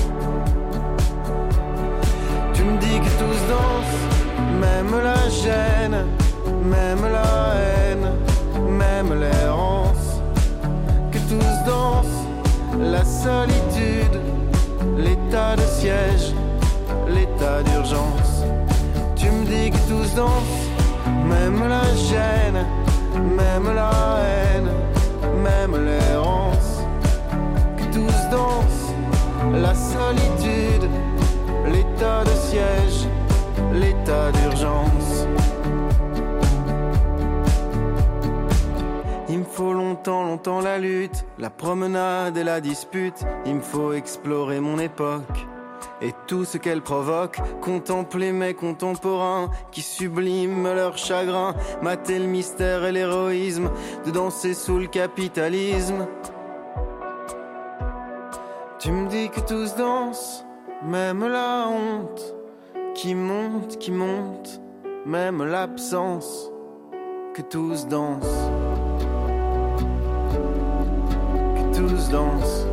Tu me dis que tout se danse, même la gêne, même la haine, même l'errance, que tout se danse, la solitude, l'état de siège, l'état d'urgence. Tu me dis que tout se danse, même la gêne, même la haine, même l'errance, que tout se danse, la solitude, l'état de siège, l'état d'urgence. Il me faut longtemps la lutte, la promenade et la dispute. Il me faut explorer mon époque et tout ce qu'elle provoque, contempler mes contemporains qui subliment leur chagrin, mater le mystère et l'héroïsme, de danser sous le capitalisme. Tu me dis que tout se danse, même la honte qui monte, même l'absence, que tout se danse, que tout se danse.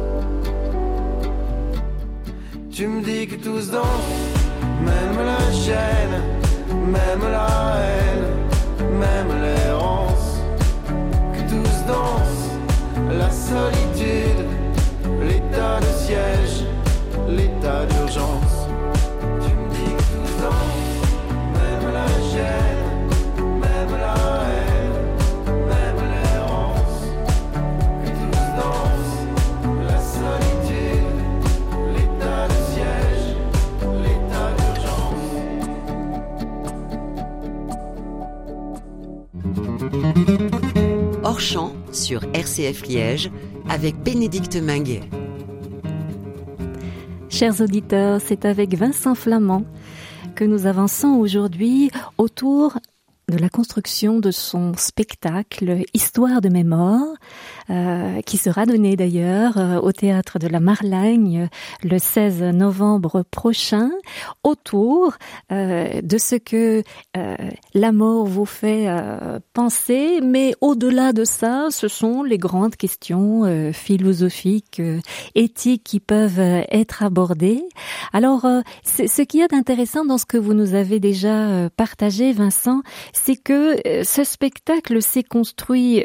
Tu me dis que tout se danse, même la gêne, même la haine, même l'errance, que tout se danse, la solitude, l'état de siège, l'état d'urgence. Tu me dis que tout se danse, même la gêne, même la haine, même l'errance, que tout se danse, la solitude, l'état de siège, l'état d'urgence. Hors champ sur RCF Liège, avec Bénédicte Minguet. Chers auditeurs, c'est avec Vincent Flamand que nous avançons aujourd'hui autour de la construction de son spectacle Histoire de mes morts, qui sera donné d'ailleurs au Théâtre de la Marlagne le 16 novembre prochain, autour de ce que la mort vous fait penser, mais au-delà de ça, ce sont les grandes questions philosophiques, éthiques qui peuvent être abordées. Alors, ce qu'il y a d'intéressant dans ce que vous nous avez déjà partagé, Vincent, c'est que ce spectacle s'est construit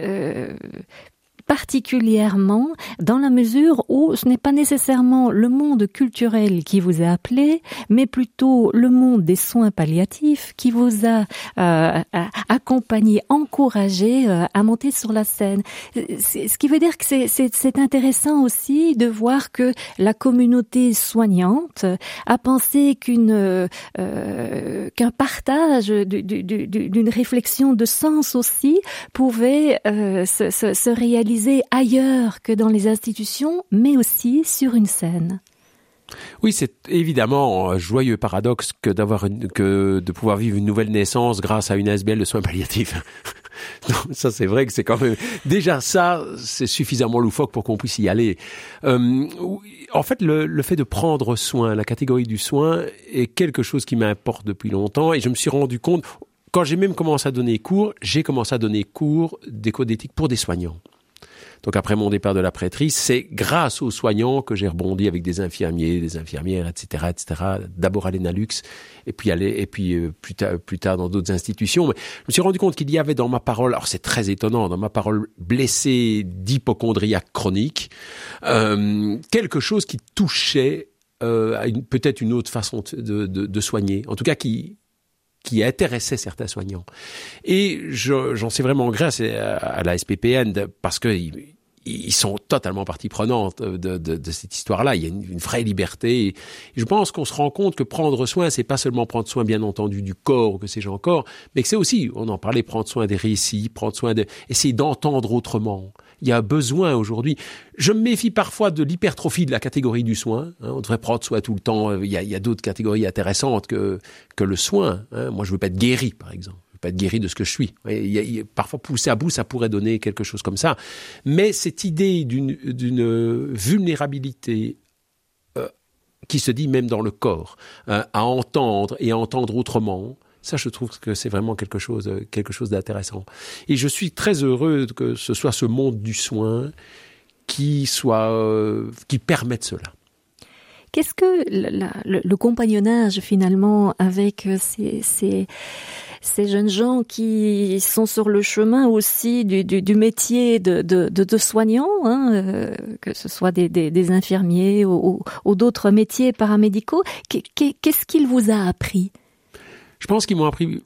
particulièrement dans la mesure où ce n'est pas nécessairement le monde culturel qui vous a appelé, mais plutôt le monde des soins palliatifs qui vous a accompagné, encouragé à monter sur la scène. Ce qui veut dire que c'est intéressant aussi de voir que la communauté soignante a pensé qu'un partage d'une réflexion de sens aussi pouvait se réaliser ailleurs que dans les institutions, mais aussi sur une scène. Oui, c'est évidemment un joyeux paradoxe que de pouvoir vivre une nouvelle naissance grâce à une ASBL de soins palliatifs. Donc, ça, c'est vrai que c'est quand même... Déjà, ça, c'est suffisamment loufoque pour qu'on puisse y aller. En fait, le fait de prendre soin, la catégorie du soin, est quelque chose qui m'importe depuis longtemps et je me suis rendu compte, quand j'ai même commencé à donner cours, j'ai commencé à donner cours des codes d'éthique pour des soignants. Donc après mon départ de la prêtrise, c'est grâce aux soignants que j'ai rebondi avec des infirmiers, des infirmières, etc., etc. D'abord à l'Enalux, et puis plus tard dans d'autres institutions. Mais je me suis rendu compte qu'il y avait dans ma parole, alors c'est très étonnant, dans ma parole blessée d'hypocondriaque chronique, quelque chose qui touchait à peut-être une autre façon de soigner. En tout cas, qui intéressait certains soignants. Et j'en sais vraiment grâce à la SPPN parce que ils sont totalement partie prenante de cette histoire-là. Il y a une vraie liberté. Et je pense qu'on se rend compte que prendre soin, c'est pas seulement prendre soin, bien entendu, du corps, que sais-je encore, mais que c'est aussi, on en parlait, prendre soin des récits, essayer d'entendre autrement. Il y a besoin aujourd'hui. Je me méfie parfois de l'hypertrophie de la catégorie du soin. On devrait prendre soin tout le temps. Il y a d'autres catégories intéressantes que le soin. Moi, je veux pas être guéri, par exemple. Je veux pas être guéri de ce que je suis. Parfois, poussé à bout, ça pourrait donner quelque chose comme ça. Mais cette idée d'une vulnérabilité qui se dit même dans le corps, à entendre et à entendre autrement, ça, je trouve que c'est vraiment quelque chose d'intéressant. Et je suis très heureux que ce soit ce monde du soin qui permette cela. Qu'est-ce que le compagnonnage finalement avec ces jeunes gens qui sont sur le chemin aussi du métier de soignants, que ce soit des infirmiers ou d'autres métiers paramédicaux, qu'est-ce qu'il vous a appris ? Je pense qu'ils m'ont appris...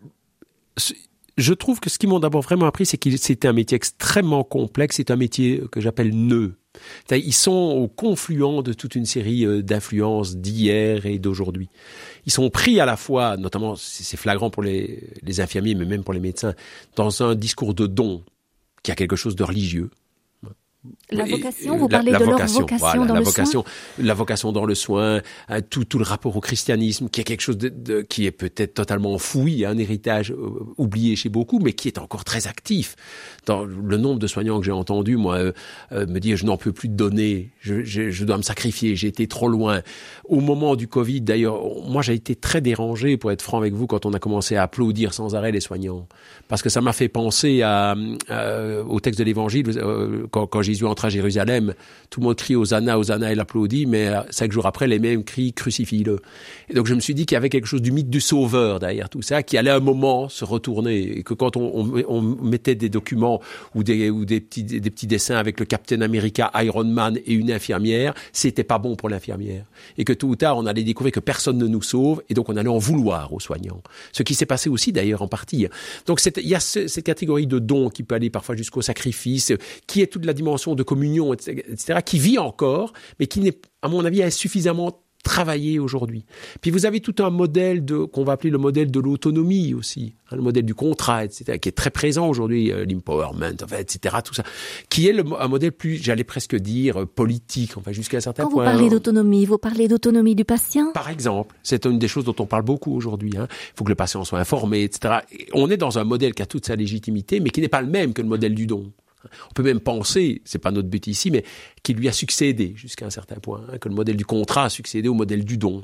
Je trouve que ce qu'ils m'ont d'abord vraiment appris, c'est que c'était un métier extrêmement complexe. C'est un métier que j'appelle nœud. Ils sont au confluent de toute une série d'influences d'hier et d'aujourd'hui. Ils sont pris à la fois, notamment, c'est flagrant pour les infirmiers, mais même pour les médecins, dans un discours de don qui a quelque chose de religieux. La vocation, vous parlez de leur vocation dans le soin. La vocation dans le soin, tout le rapport au christianisme, qui est quelque chose qui est peut-être totalement enfoui, un héritage oublié chez beaucoup, mais qui est encore très actif. Dans le nombre de soignants que j'ai entendus, moi, me dire je n'en peux plus de donner, je dois me sacrifier, j'ai été trop loin. Au moment du Covid, d'ailleurs, moi j'ai été très dérangé, pour être franc avec vous, quand on a commencé à applaudir sans arrêt les soignants, parce que ça m'a fait penser au texte de l'Évangile quand Jésus entre à Jérusalem, tout le monde crie Hosanna, Hosanna, il applaudit, mais 5 jours après, les mêmes crient crucifie-le. Et donc je me suis dit qu'il y avait quelque chose du mythe du sauveur derrière tout ça, qui allait à un moment se retourner, et que quand on mettait des documents ou des petits dessins avec le Captain America, Iron Man et une infirmière, c'était pas bon pour l'infirmière. Et que tôt ou tard, on allait découvrir que personne ne nous sauve, et donc on allait en vouloir aux soignants. Ce qui s'est passé aussi d'ailleurs en partie. Donc il y a cette catégorie de don qui peut aller parfois jusqu'au sacrifice, qui est toute la dimension de communion, etc., qui vit encore, mais qui n'est, à mon avis, insuffisamment travailler aujourd'hui. Puis vous avez tout un modèle qu'on va appeler le modèle de l'autonomie aussi, le modèle du contrat, etc., qui est très présent aujourd'hui, l'empowerment, etc., tout ça, qui est un modèle plus, j'allais presque dire, politique, jusqu'à un certain point. Quand vous parlez d'autonomie, vous parlez d'autonomie du patient ? Par exemple, c'est une des choses dont on parle beaucoup aujourd'hui. Il faut que le patient soit informé, etc. On est dans un modèle qui a toute sa légitimité, mais qui n'est pas le même que le modèle du don. On peut même penser, c'est pas notre but ici, mais qu'il lui a succédé jusqu'à un certain point, que le modèle du contrat a succédé au modèle du don.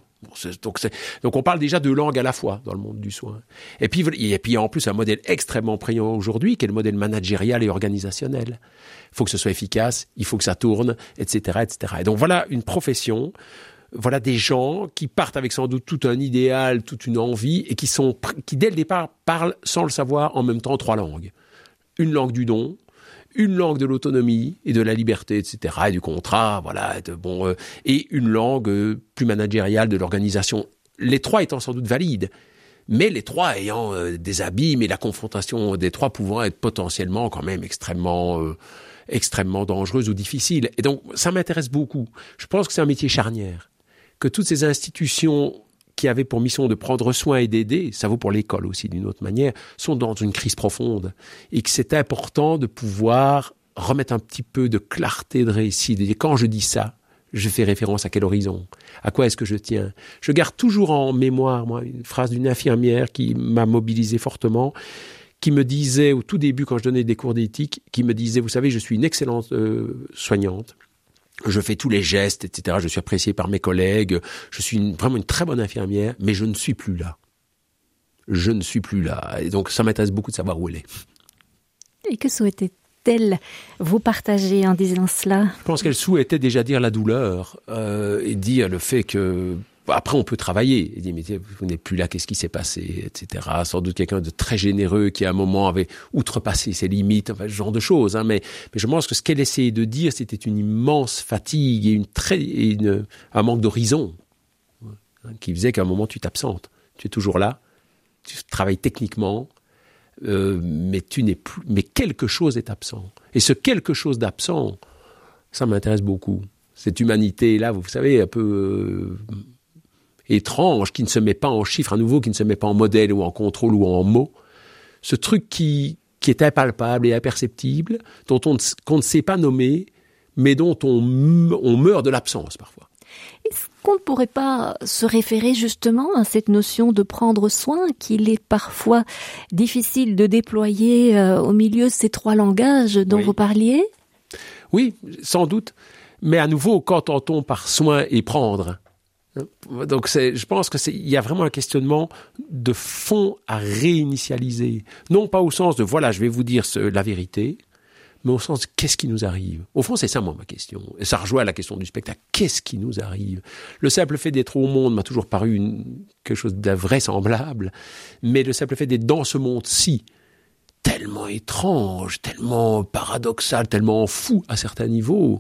Donc on parle déjà de langue à la fois dans le monde du soin. Et puis il y a en plus un modèle extrêmement prégnant aujourd'hui, qui est le modèle managérial et organisationnel. Il faut que ce soit efficace, il faut que ça tourne, etc., etc. Et donc voilà une profession. Voilà des gens qui partent avec sans doute tout un idéal, toute une envie, et qui dès le départ parlent sans le savoir en même temps 3 langues. Une langue du don, une langue de l'autonomie et de la liberté, etc., et du contrat, voilà, et une langue plus managériale de l'organisation. Les 3 étant sans doute valides, mais les 3 ayant des abîmes et la confrontation des 3 pouvant être potentiellement quand même extrêmement dangereuse ou difficile. Et donc, ça m'intéresse beaucoup. Je pense que c'est un métier charnière, que toutes ces institutions qui avaient pour mission de prendre soin et d'aider, ça vaut pour l'école aussi d'une autre manière, sont dans une crise profonde. Et que c'est important de pouvoir remettre un petit peu de clarté de récit, de dire quand je dis ça, je fais référence à quel horizon, à quoi est-ce que je tiens. Je garde toujours en mémoire, moi, une phrase d'une infirmière qui m'a mobilisé fortement, qui me disait au tout début, quand je donnais des cours d'éthique, qui me disait, vous savez, je suis une excellente soignante, je fais tous les gestes, etc. Je suis apprécié par mes collègues. Je suis vraiment une très bonne infirmière, mais je ne suis plus là. Je ne suis plus là. Et donc, ça m'intéresse beaucoup de savoir où elle est. Et que souhaitait-elle vous partager en disant cela ? Je pense qu'elle souhaitait déjà dire la douleur et dire le fait que... Après, on peut travailler. Il dit, mais vous n'êtes plus là, qu'est-ce qui s'est passé, etc. Sans doute quelqu'un de très généreux qui, à un moment, avait outrepassé ses limites, ce genre de choses. Mais je pense que ce qu'elle essayait de dire, c'était une immense fatigue et un manque d'horizon qui faisait qu'à un moment, tu t'absentes. Tu es toujours là, tu travailles techniquement, mais tu n'es plus. Mais quelque chose est absent. Et ce quelque chose d'absent, ça m'intéresse beaucoup. Cette humanité-là, vous savez, un peu... étrange, qui ne se met pas en chiffres à nouveau, qui ne se met pas en modèle ou en contrôle ou en mots. Ce truc qui est impalpable et imperceptible, qu'on ne sait pas nommer, mais dont on meurt de l'absence parfois. Est-ce qu'on ne pourrait pas se référer justement à cette notion de prendre soin, qu'il est parfois difficile de déployer au milieu de ces 3 langages dont vous parliez ? Oui, sans doute. Mais à nouveau, qu'entend-on par soin et prendre ? Donc je pense qu'il y a vraiment un questionnement de fond à réinitialiser. Non pas au sens de voilà, je vais vous dire la vérité, mais au sens de qu'est-ce qui nous arrive. Au fond, c'est ça moi ma question. Et ça rejoint la question du spectacle. Qu'est-ce qui nous arrive ? Le simple fait d'être au monde m'a toujours paru quelque chose d'invraisemblable, mais le simple fait d'être dans ce monde-ci, tellement étrange, tellement paradoxal, tellement fou à certains niveaux,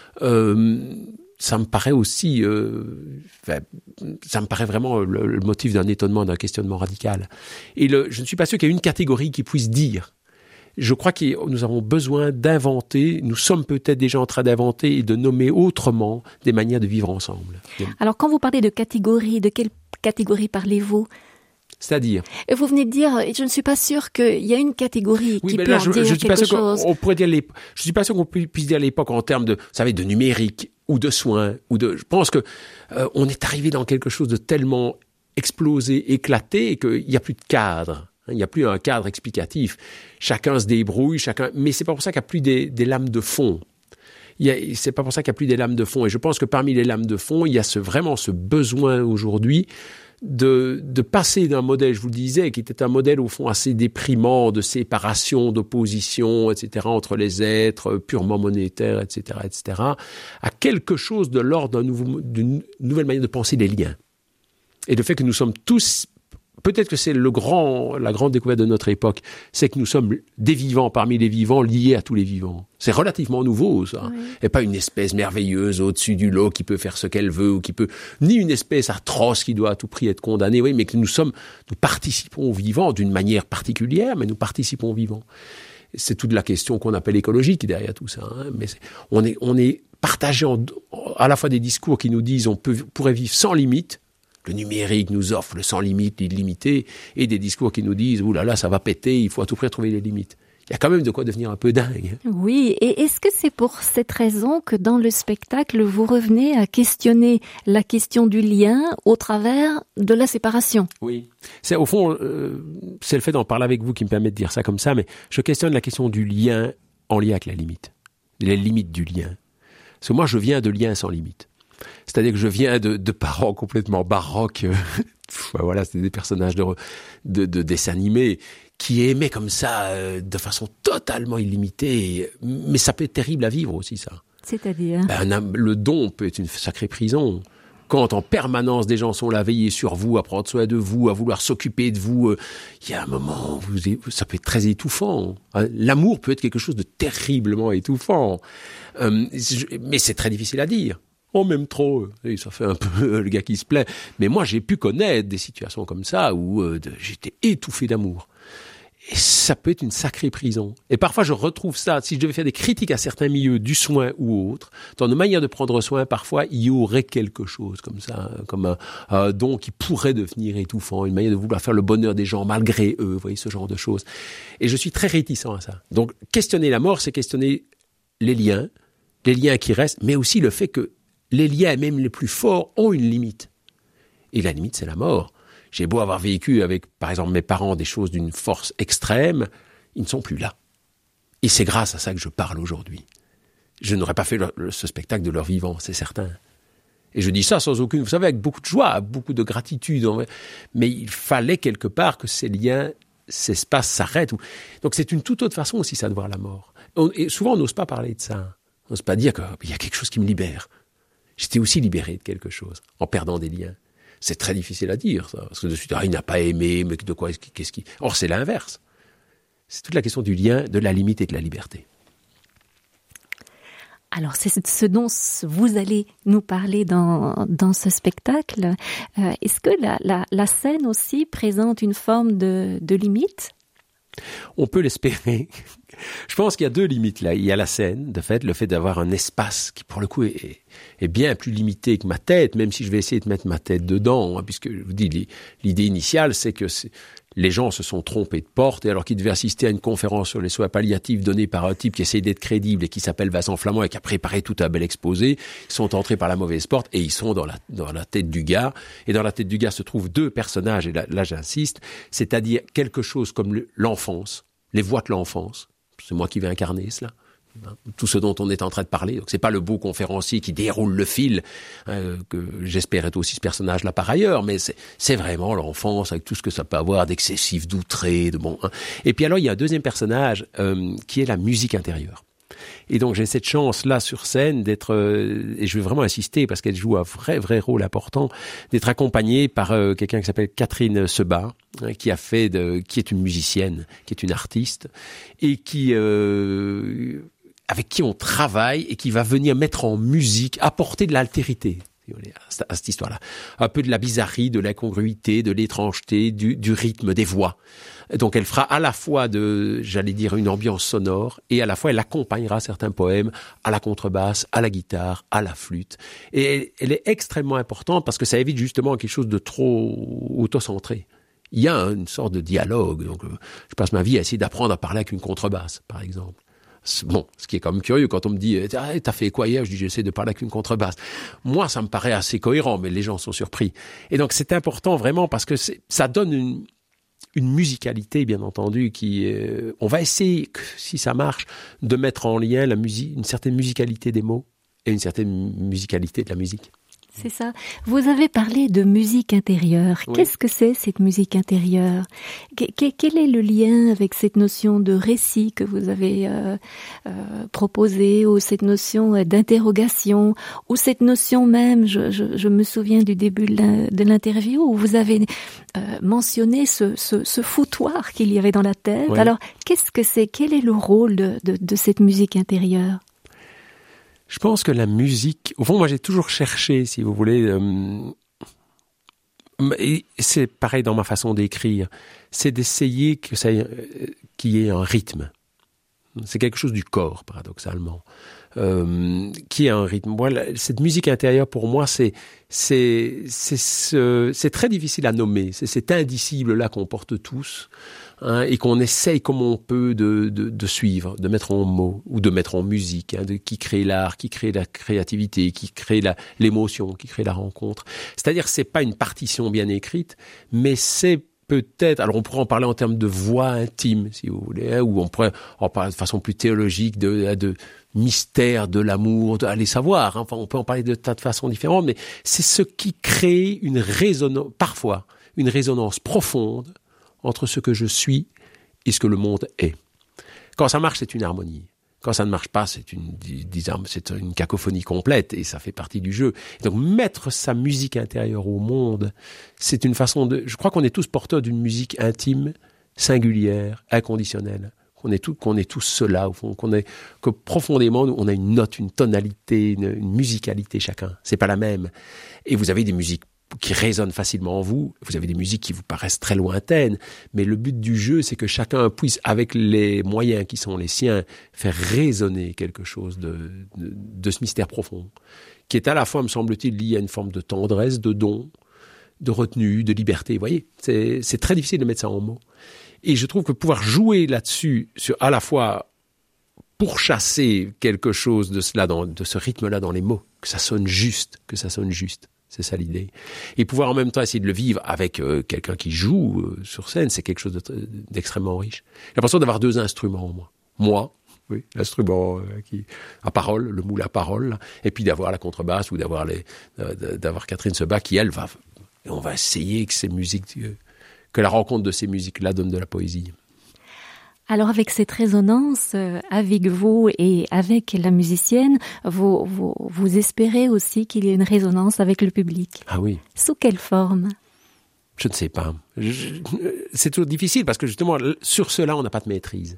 ça me paraît aussi, ça me paraît vraiment le motif d'un étonnement, d'un questionnement radical. Et je ne suis pas sûr qu'il y ait une catégorie qui puisse dire. Je crois que nous avons besoin d'inventer, nous sommes peut-être déjà en train d'inventer et de nommer autrement des manières de vivre ensemble. Alors quand vous parlez de catégorie, de quelle catégorie parlez-vous ? C'est-à-dire, vous venez de dire, je ne suis pas sûr qu'il y a une catégorie qui peut en dire quelque chose. On pourrait dire je suis pas sûr qu'on puisse dire l'époque en termes de, vous savez, de numérique ou de soins je pense que on est arrivé dans quelque chose de tellement explosé, éclaté, qu'il n'y a plus de cadre. Il n'y a plus un cadre explicatif. Chacun se débrouille, mais c'est pas pour ça qu'il n'y a plus des lames de fond. C'est pas pour ça qu'il n'y a plus des lames de fond. Et je pense que parmi les lames de fond, il y a vraiment ce besoin aujourd'hui de passer d'un modèle, je vous le disais, qui était un modèle au fond assez déprimant, de séparation, d'opposition, etc., entre les êtres, purement monétaires, etc., à quelque chose de l'ordre d'une nouvelle manière de penser les liens. Et le fait que nous sommes tous, peut-être que c'est la grande découverte de notre époque, c'est que nous sommes des vivants parmi les vivants, liés à tous les vivants. C'est relativement nouveau, ça. Oui. Et pas une espèce merveilleuse au-dessus du lot qui peut faire ce qu'elle veut, ou ni une espèce atroce qui doit à tout prix être condamnée, oui, mais que nous participons aux vivants d'une manière particulière, mais nous participons aux vivants. C'est toute la question qu'on appelle écologique derrière tout ça, hein. Mais on est partager à la fois des discours qui nous disent on pourrait vivre sans limite, le numérique nous offre le sans limite, l'illimité, et des discours qui nous disent ouh là là, ça va péter, il faut à tout prix trouver les limites. Il y a quand même de quoi devenir un peu dingue. Oui, et est-ce que c'est pour cette raison que dans le spectacle, vous revenez à questionner la question du lien au travers de la séparation? Oui. C'est, au fond, c'est le fait d'en parler avec vous qui me permet de dire ça comme ça, mais je questionne la question du lien en lien avec la limite. Les limites du lien. Parce que moi, je viens de liens sans limite. C'est-à-dire que je viens de parents complètement baroques. Voilà, c'était des personnages de dessins animés qui aimaient comme ça, de façon totalement illimitée. Mais ça peut être terrible à vivre aussi, ça. C'est-à-dire le don peut être une sacrée prison. Quand en permanence des gens sont là à veiller sur vous, à prendre soin de vous, à vouloir s'occuper de vous, il y a un moment où ça peut être très étouffant. L'amour peut être quelque chose de terriblement étouffant. Mais c'est très difficile à dire. On m'aime trop, et ça fait un peu le gars qui se plaint. Mais moi, j'ai pu connaître des situations comme ça où j'étais étouffé d'amour. Et ça peut être une sacrée prison. Et parfois, je retrouve ça. Si je devais faire des critiques à certains milieux du soin ou autres, dans nos manières de prendre soin, parfois, il y aurait quelque chose comme ça, comme un don qui pourrait devenir étouffant, une manière de vouloir faire le bonheur des gens malgré eux, vous voyez, ce genre de choses. Et je suis très réticent à ça. Donc, questionner la mort, c'est questionner les liens qui restent, mais aussi le fait que les liens, même les plus forts, ont une limite. Et la limite, c'est la mort. J'ai beau avoir vécu avec, par exemple, mes parents des choses d'une force extrême, ils ne sont plus là. Et c'est grâce à ça que je parle aujourd'hui. Je n'aurais pas fait ce spectacle de leur vivant, c'est certain. Et je dis ça sans aucune, vous savez, avec beaucoup de joie, beaucoup de gratitude. Mais il fallait quelque part que ces liens, ces espaces s'arrêtent. Donc c'est une toute autre façon aussi, ça, de voir la mort. Et souvent, on n'ose pas parler de ça. On n'ose pas dire qu'il y a quelque chose qui me libère. J'étais aussi libéré de quelque chose, en perdant des liens. C'est très difficile à dire, ça. Parce que de suite, il n'a pas aimé, mais de quoi, qu'est-ce qui... Or, c'est l'inverse. C'est toute la question du lien, de la limite et de la liberté. Alors, c'est ce dont vous allez nous parler dans ce spectacle. Est-ce que la scène aussi présente une forme de limite ? On peut l'espérer. Je pense qu'il y a deux limites là. Il y a la scène, de fait, le fait d'avoir un espace qui, pour le coup, est bien plus limité que ma tête, même si je vais essayer de mettre ma tête dedans, hein, puisque je vous dis, l'idée initiale, c'est que les gens se sont trompés de porte, et alors qu'ils devaient assister à une conférence sur les soins palliatifs donnée par un type qui essaye d'être crédible et qui s'appelle Vincent Flamand et qui a préparé tout un bel exposé, ils sont entrés par la mauvaise porte et ils sont dans la tête du gars. Et dans la tête du gars se trouvent deux personnages, et là j'insiste, c'est-à-dire quelque chose comme l'enfance, les voix de l'enfance. C'est moi qui vais incarner cela. Tout ce dont on est en train de parler. Donc c'est pas le beau conférencier qui déroule le fil, que j'espère être aussi ce personnage-là par ailleurs, mais c'est vraiment l'enfance avec tout ce que ça peut avoir d'excessif, d'outré, de bon. Hein. Et puis alors il y a un deuxième personnage qui est la musique intérieure. Et donc j'ai cette chance-là sur scène d'être, et je vais vraiment insister parce qu'elle joue un vrai rôle important, d'être accompagnée par quelqu'un qui s'appelle Catherine Sebat, hein, qui est une musicienne, qui est une artiste, et qui avec qui on travaille et qui va venir mettre en musique, apporter de l'altérité à cette histoire-là. Un peu de la bizarrerie, de l'incongruité, de l'étrangeté, du rythme, des voix. Donc elle fera à la fois une ambiance sonore, et à la fois elle accompagnera certains poèmes à la contrebasse, à la guitare, à la flûte. Et elle est extrêmement importante parce que ça évite justement quelque chose de trop autocentré. Il y a une sorte de dialogue. Donc je passe ma vie à essayer d'apprendre à parler avec une contrebasse, par exemple. Bon, ce qui est quand même curieux quand on me dit « Ah, t'as fait quoi hier ?» Je dis « J'essaie de parler avec une contrebasse. » Moi, ça me paraît assez cohérent, mais les gens sont surpris. Et donc, c'est important vraiment parce que ça donne une musicalité, bien entendu, qui... on va essayer, si ça marche, de mettre en lien une certaine musicalité des mots et une certaine musicalité de la musique. C'est ça. Vous avez parlé de musique intérieure. Oui. Qu'est-ce que c'est cette musique intérieure ? Quel est le lien avec cette notion de récit que vous avez proposé, ou cette notion d'interrogation, ou cette notion même, je me souviens du début de l'interview, où vous avez mentionné ce foutoir qu'il y avait dans la tête. Oui. Alors, qu'est-ce que c'est ? Quel est le rôle de cette musique intérieure ? Je pense que la musique... Au fond, moi, j'ai toujours cherché, si vous voulez... et c'est pareil dans ma façon d'écrire. C'est d'essayer qu'il y ait un rythme. C'est quelque chose du corps, paradoxalement. qui a un rythme. Moi, cette musique intérieure, pour moi, c'est très difficile à nommer. C'est cet indicible-là qu'on porte tous, hein, et qu'on essaye comme on peut de suivre, de mettre en mots ou de mettre en musique, hein, qui crée l'art, qui crée la créativité, qui crée l'émotion, qui crée la rencontre. C'est-à-dire, c'est pas une partition bien écrite, mais c'est peut-être, alors on pourrait en parler en termes de voix intime, si vous voulez, hein, ou on pourrait en parler de façon plus théologique, de mystère de l'amour, d'aller savoir. Hein, enfin, on peut en parler de tas de façons différentes, mais c'est ce qui crée une résonance, parfois, une résonance profonde entre ce que je suis et ce que le monde est. Quand ça marche, c'est une harmonie. Quand ça ne marche pas, c'est une cacophonie complète et ça fait partie du jeu. Et donc mettre sa musique intérieure au monde, c'est une façon de... Je crois qu'on est tous porteurs d'une musique intime, singulière, inconditionnelle. Qu'on est tous cela, au fond, que profondément, on a une note, une tonalité, une musicalité chacun. C'est pas la même. Et vous avez des musiques qui résonnent facilement en vous, vous avez des musiques qui vous paraissent très lointaines, mais le but du jeu, c'est que chacun puisse, avec les moyens qui sont les siens, faire résonner quelque chose de ce mystère profond, qui est à la fois, me semble-t-il, lié à une forme de tendresse, de don, de retenue, de liberté. Vous voyez, c'est très difficile de mettre ça en mots. Et je trouve que pouvoir jouer là-dessus, à la fois pourchasser quelque chose de cela, de ce rythme-là dans les mots, que ça sonne juste. C'est ça l'idée. Et pouvoir en même temps essayer de le vivre avec quelqu'un qui joue sur scène, c'est quelque chose d'extrêmement riche. J'ai l'impression d'avoir deux instruments en moi. Moi, oui, l'instrument à parole, le moule à parole, là, et puis d'avoir la contrebasse ou d'avoir Catherine Sebah qui, elle, et on va essayer que ces musiques, que la rencontre de ces musiques-là donne de la poésie. Alors avec cette résonance avec vous et avec la musicienne, vous espérez aussi qu'il y ait une résonance avec le public. Ah oui. Sous quelle forme ? Je ne sais pas. C'est toujours difficile parce que justement, sur cela, on n'a pas de maîtrise.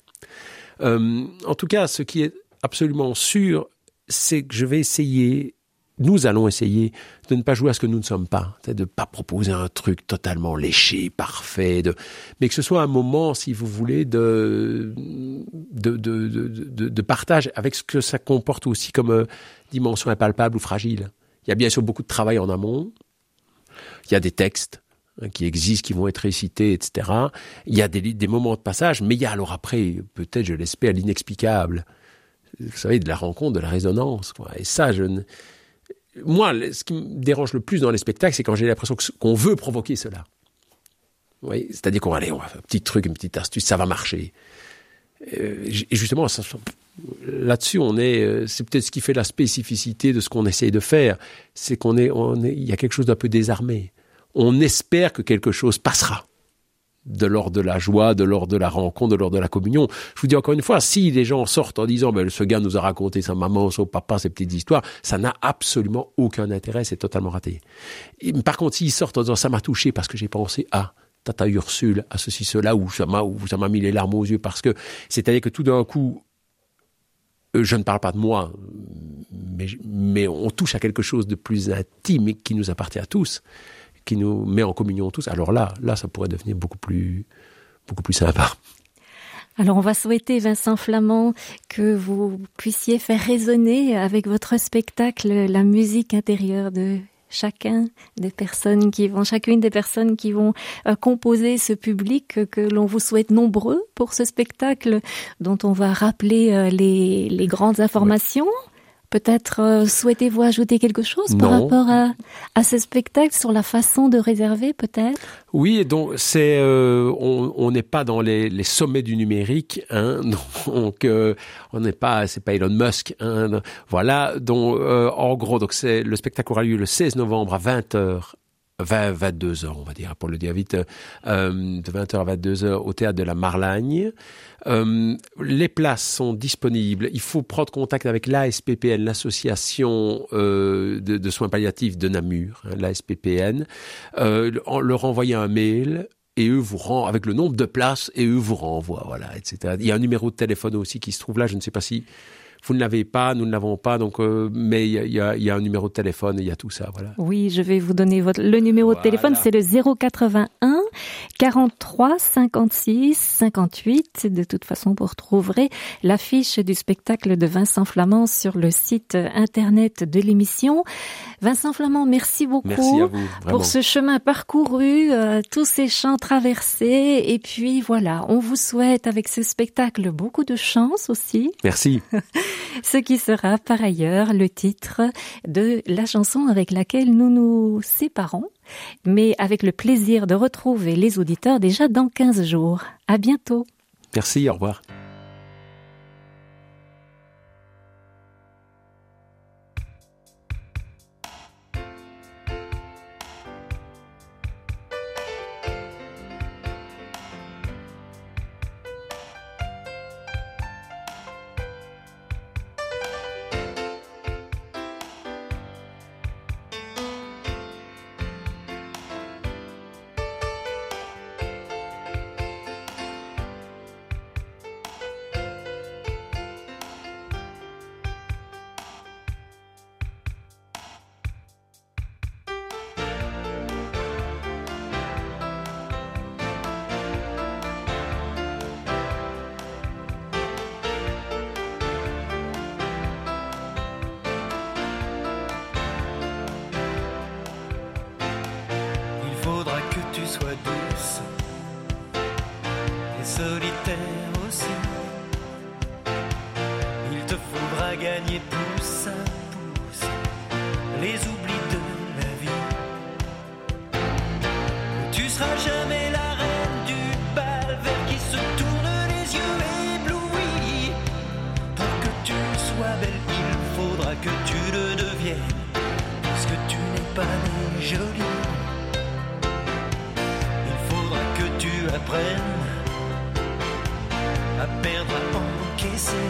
En tout cas, ce qui est absolument sûr, c'est que nous allons essayer de ne pas jouer à ce que nous ne sommes pas, de ne pas proposer un truc totalement léché, parfait, mais que ce soit un moment, si vous voulez, de partage avec ce que ça comporte aussi comme dimension impalpable ou fragile. Il y a bien sûr beaucoup de travail en amont, il y a des textes qui existent, qui vont être récités, etc. Il y a des moments de passage, mais il y a alors après, peut-être, je l'espère, l'inexplicable. Vous savez, de la rencontre, de la résonance, quoi. Et ça, moi, ce qui me dérange le plus dans les spectacles, c'est quand j'ai l'impression qu'on veut provoquer cela. Vous voyez, c'est-à-dire on va faire un petit truc, une petite astuce, ça va marcher. Et justement, là-dessus, c'est peut-être ce qui fait la spécificité de ce qu'on essaye de faire, c'est il y a quelque chose d'un peu désarmé. On espère que quelque chose passera. De l'ordre de la joie, de l'ordre de la rencontre, de l'ordre de la communion. Je vous dis encore une fois, si les gens sortent en disant ce gars nous a raconté sa maman, son papa, ces petites histoires, ça n'a absolument aucun intérêt, c'est totalement raté. Et, par contre, s'ils sortent en disant ça m'a touché parce que j'ai pensé à Tata Ursule, à ceci, cela, ou ça m'a mis les larmes aux yeux parce que, c'est-à-dire que tout d'un coup, je ne parle pas de moi, mais on touche à quelque chose de plus intime et qui nous appartient à tous, qui nous met en communion tous, alors là, ça pourrait devenir beaucoup plus sympa. Alors on va souhaiter, Vincent Flamand, que vous puissiez faire résonner avec votre spectacle la musique intérieure de chacune des personnes qui vont composer ce public, que l'on vous souhaite nombreux pour ce spectacle dont on va rappeler les grandes informations. Oui. Peut-être souhaitez-vous ajouter quelque chose par rapport à ce spectacle sur la façon de réserver, peut-être ? Oui, donc on n'est pas dans les sommets du numérique, hein, donc on n'est pas, c'est pas Elon Musk, hein, voilà. Donc en gros, donc le spectacle aura lieu le 16 novembre à 20h. 22h, on va dire, pour le dire vite, de 20h à 22h au théâtre de la Marlagne. Les places sont disponibles. Il faut prendre contact avec l'ASPPN, l'association de soins palliatifs de Namur, hein, l'ASPPN, leur envoyer un mail. Et eux avec le nombre de places, et eux vous renvoient, voilà, etc. Il y a un numéro de téléphone aussi qui se trouve là, je ne sais pas si vous ne l'avez pas, nous ne l'avons pas, donc mais il y a un numéro de téléphone, et il y a tout ça, voilà. Oui, je vais vous donner le numéro de téléphone, c'est le 081 43 56 58. De toute façon, vous retrouverez l'affiche du spectacle de Vincent Flamand sur le site internet de l'émission. Vincent Flamand, merci beaucoup. Merci à vous, pour ce chemin parcouru, tous ces champs traversés. Et puis voilà, on vous souhaite avec ce spectacle beaucoup de chance aussi. Merci. Ce qui sera par ailleurs le titre de la chanson avec laquelle nous nous séparons, mais avec le plaisir de retrouver les auditeurs déjà dans 15 jours. À bientôt. Merci, au revoir. Sois douce et solitaire aussi. Il te faudra gagner pouce à pouce les oublis de la vie. Tu seras jamais la reine du bal vers qui se tournent les yeux éblouis. Pour que tu sois belle, il faudra que tu le deviennes, puisque tu n'es pas née jolie. Apprenne à perdre, à encaisser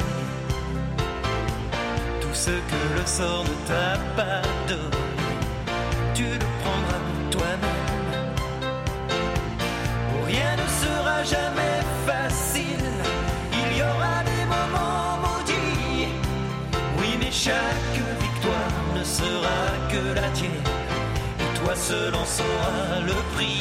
tout ce que le sort ne t'a pas donné. Tu le prendras toi-même. Oh, rien ne sera jamais facile. Il y aura des moments maudits. Oui, mais chaque victoire ne sera que la tienne. Et toi seul en sauras le prix.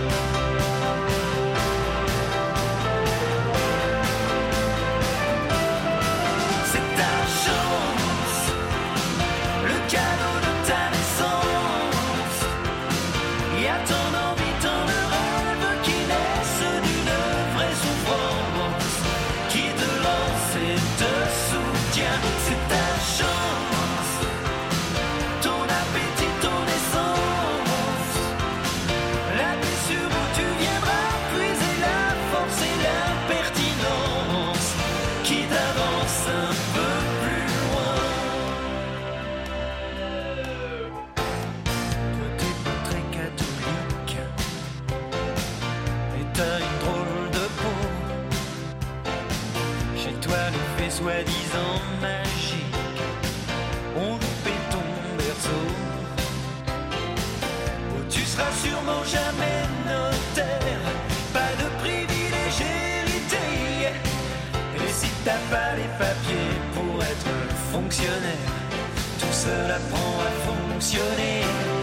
Soi-disant magique, on loupait ton berceau. Oh, tu seras sûrement jamais notaire, pas de privilège hérité. Et si t'as pas les papiers pour être fonctionnaire, tout cela prend à fonctionner.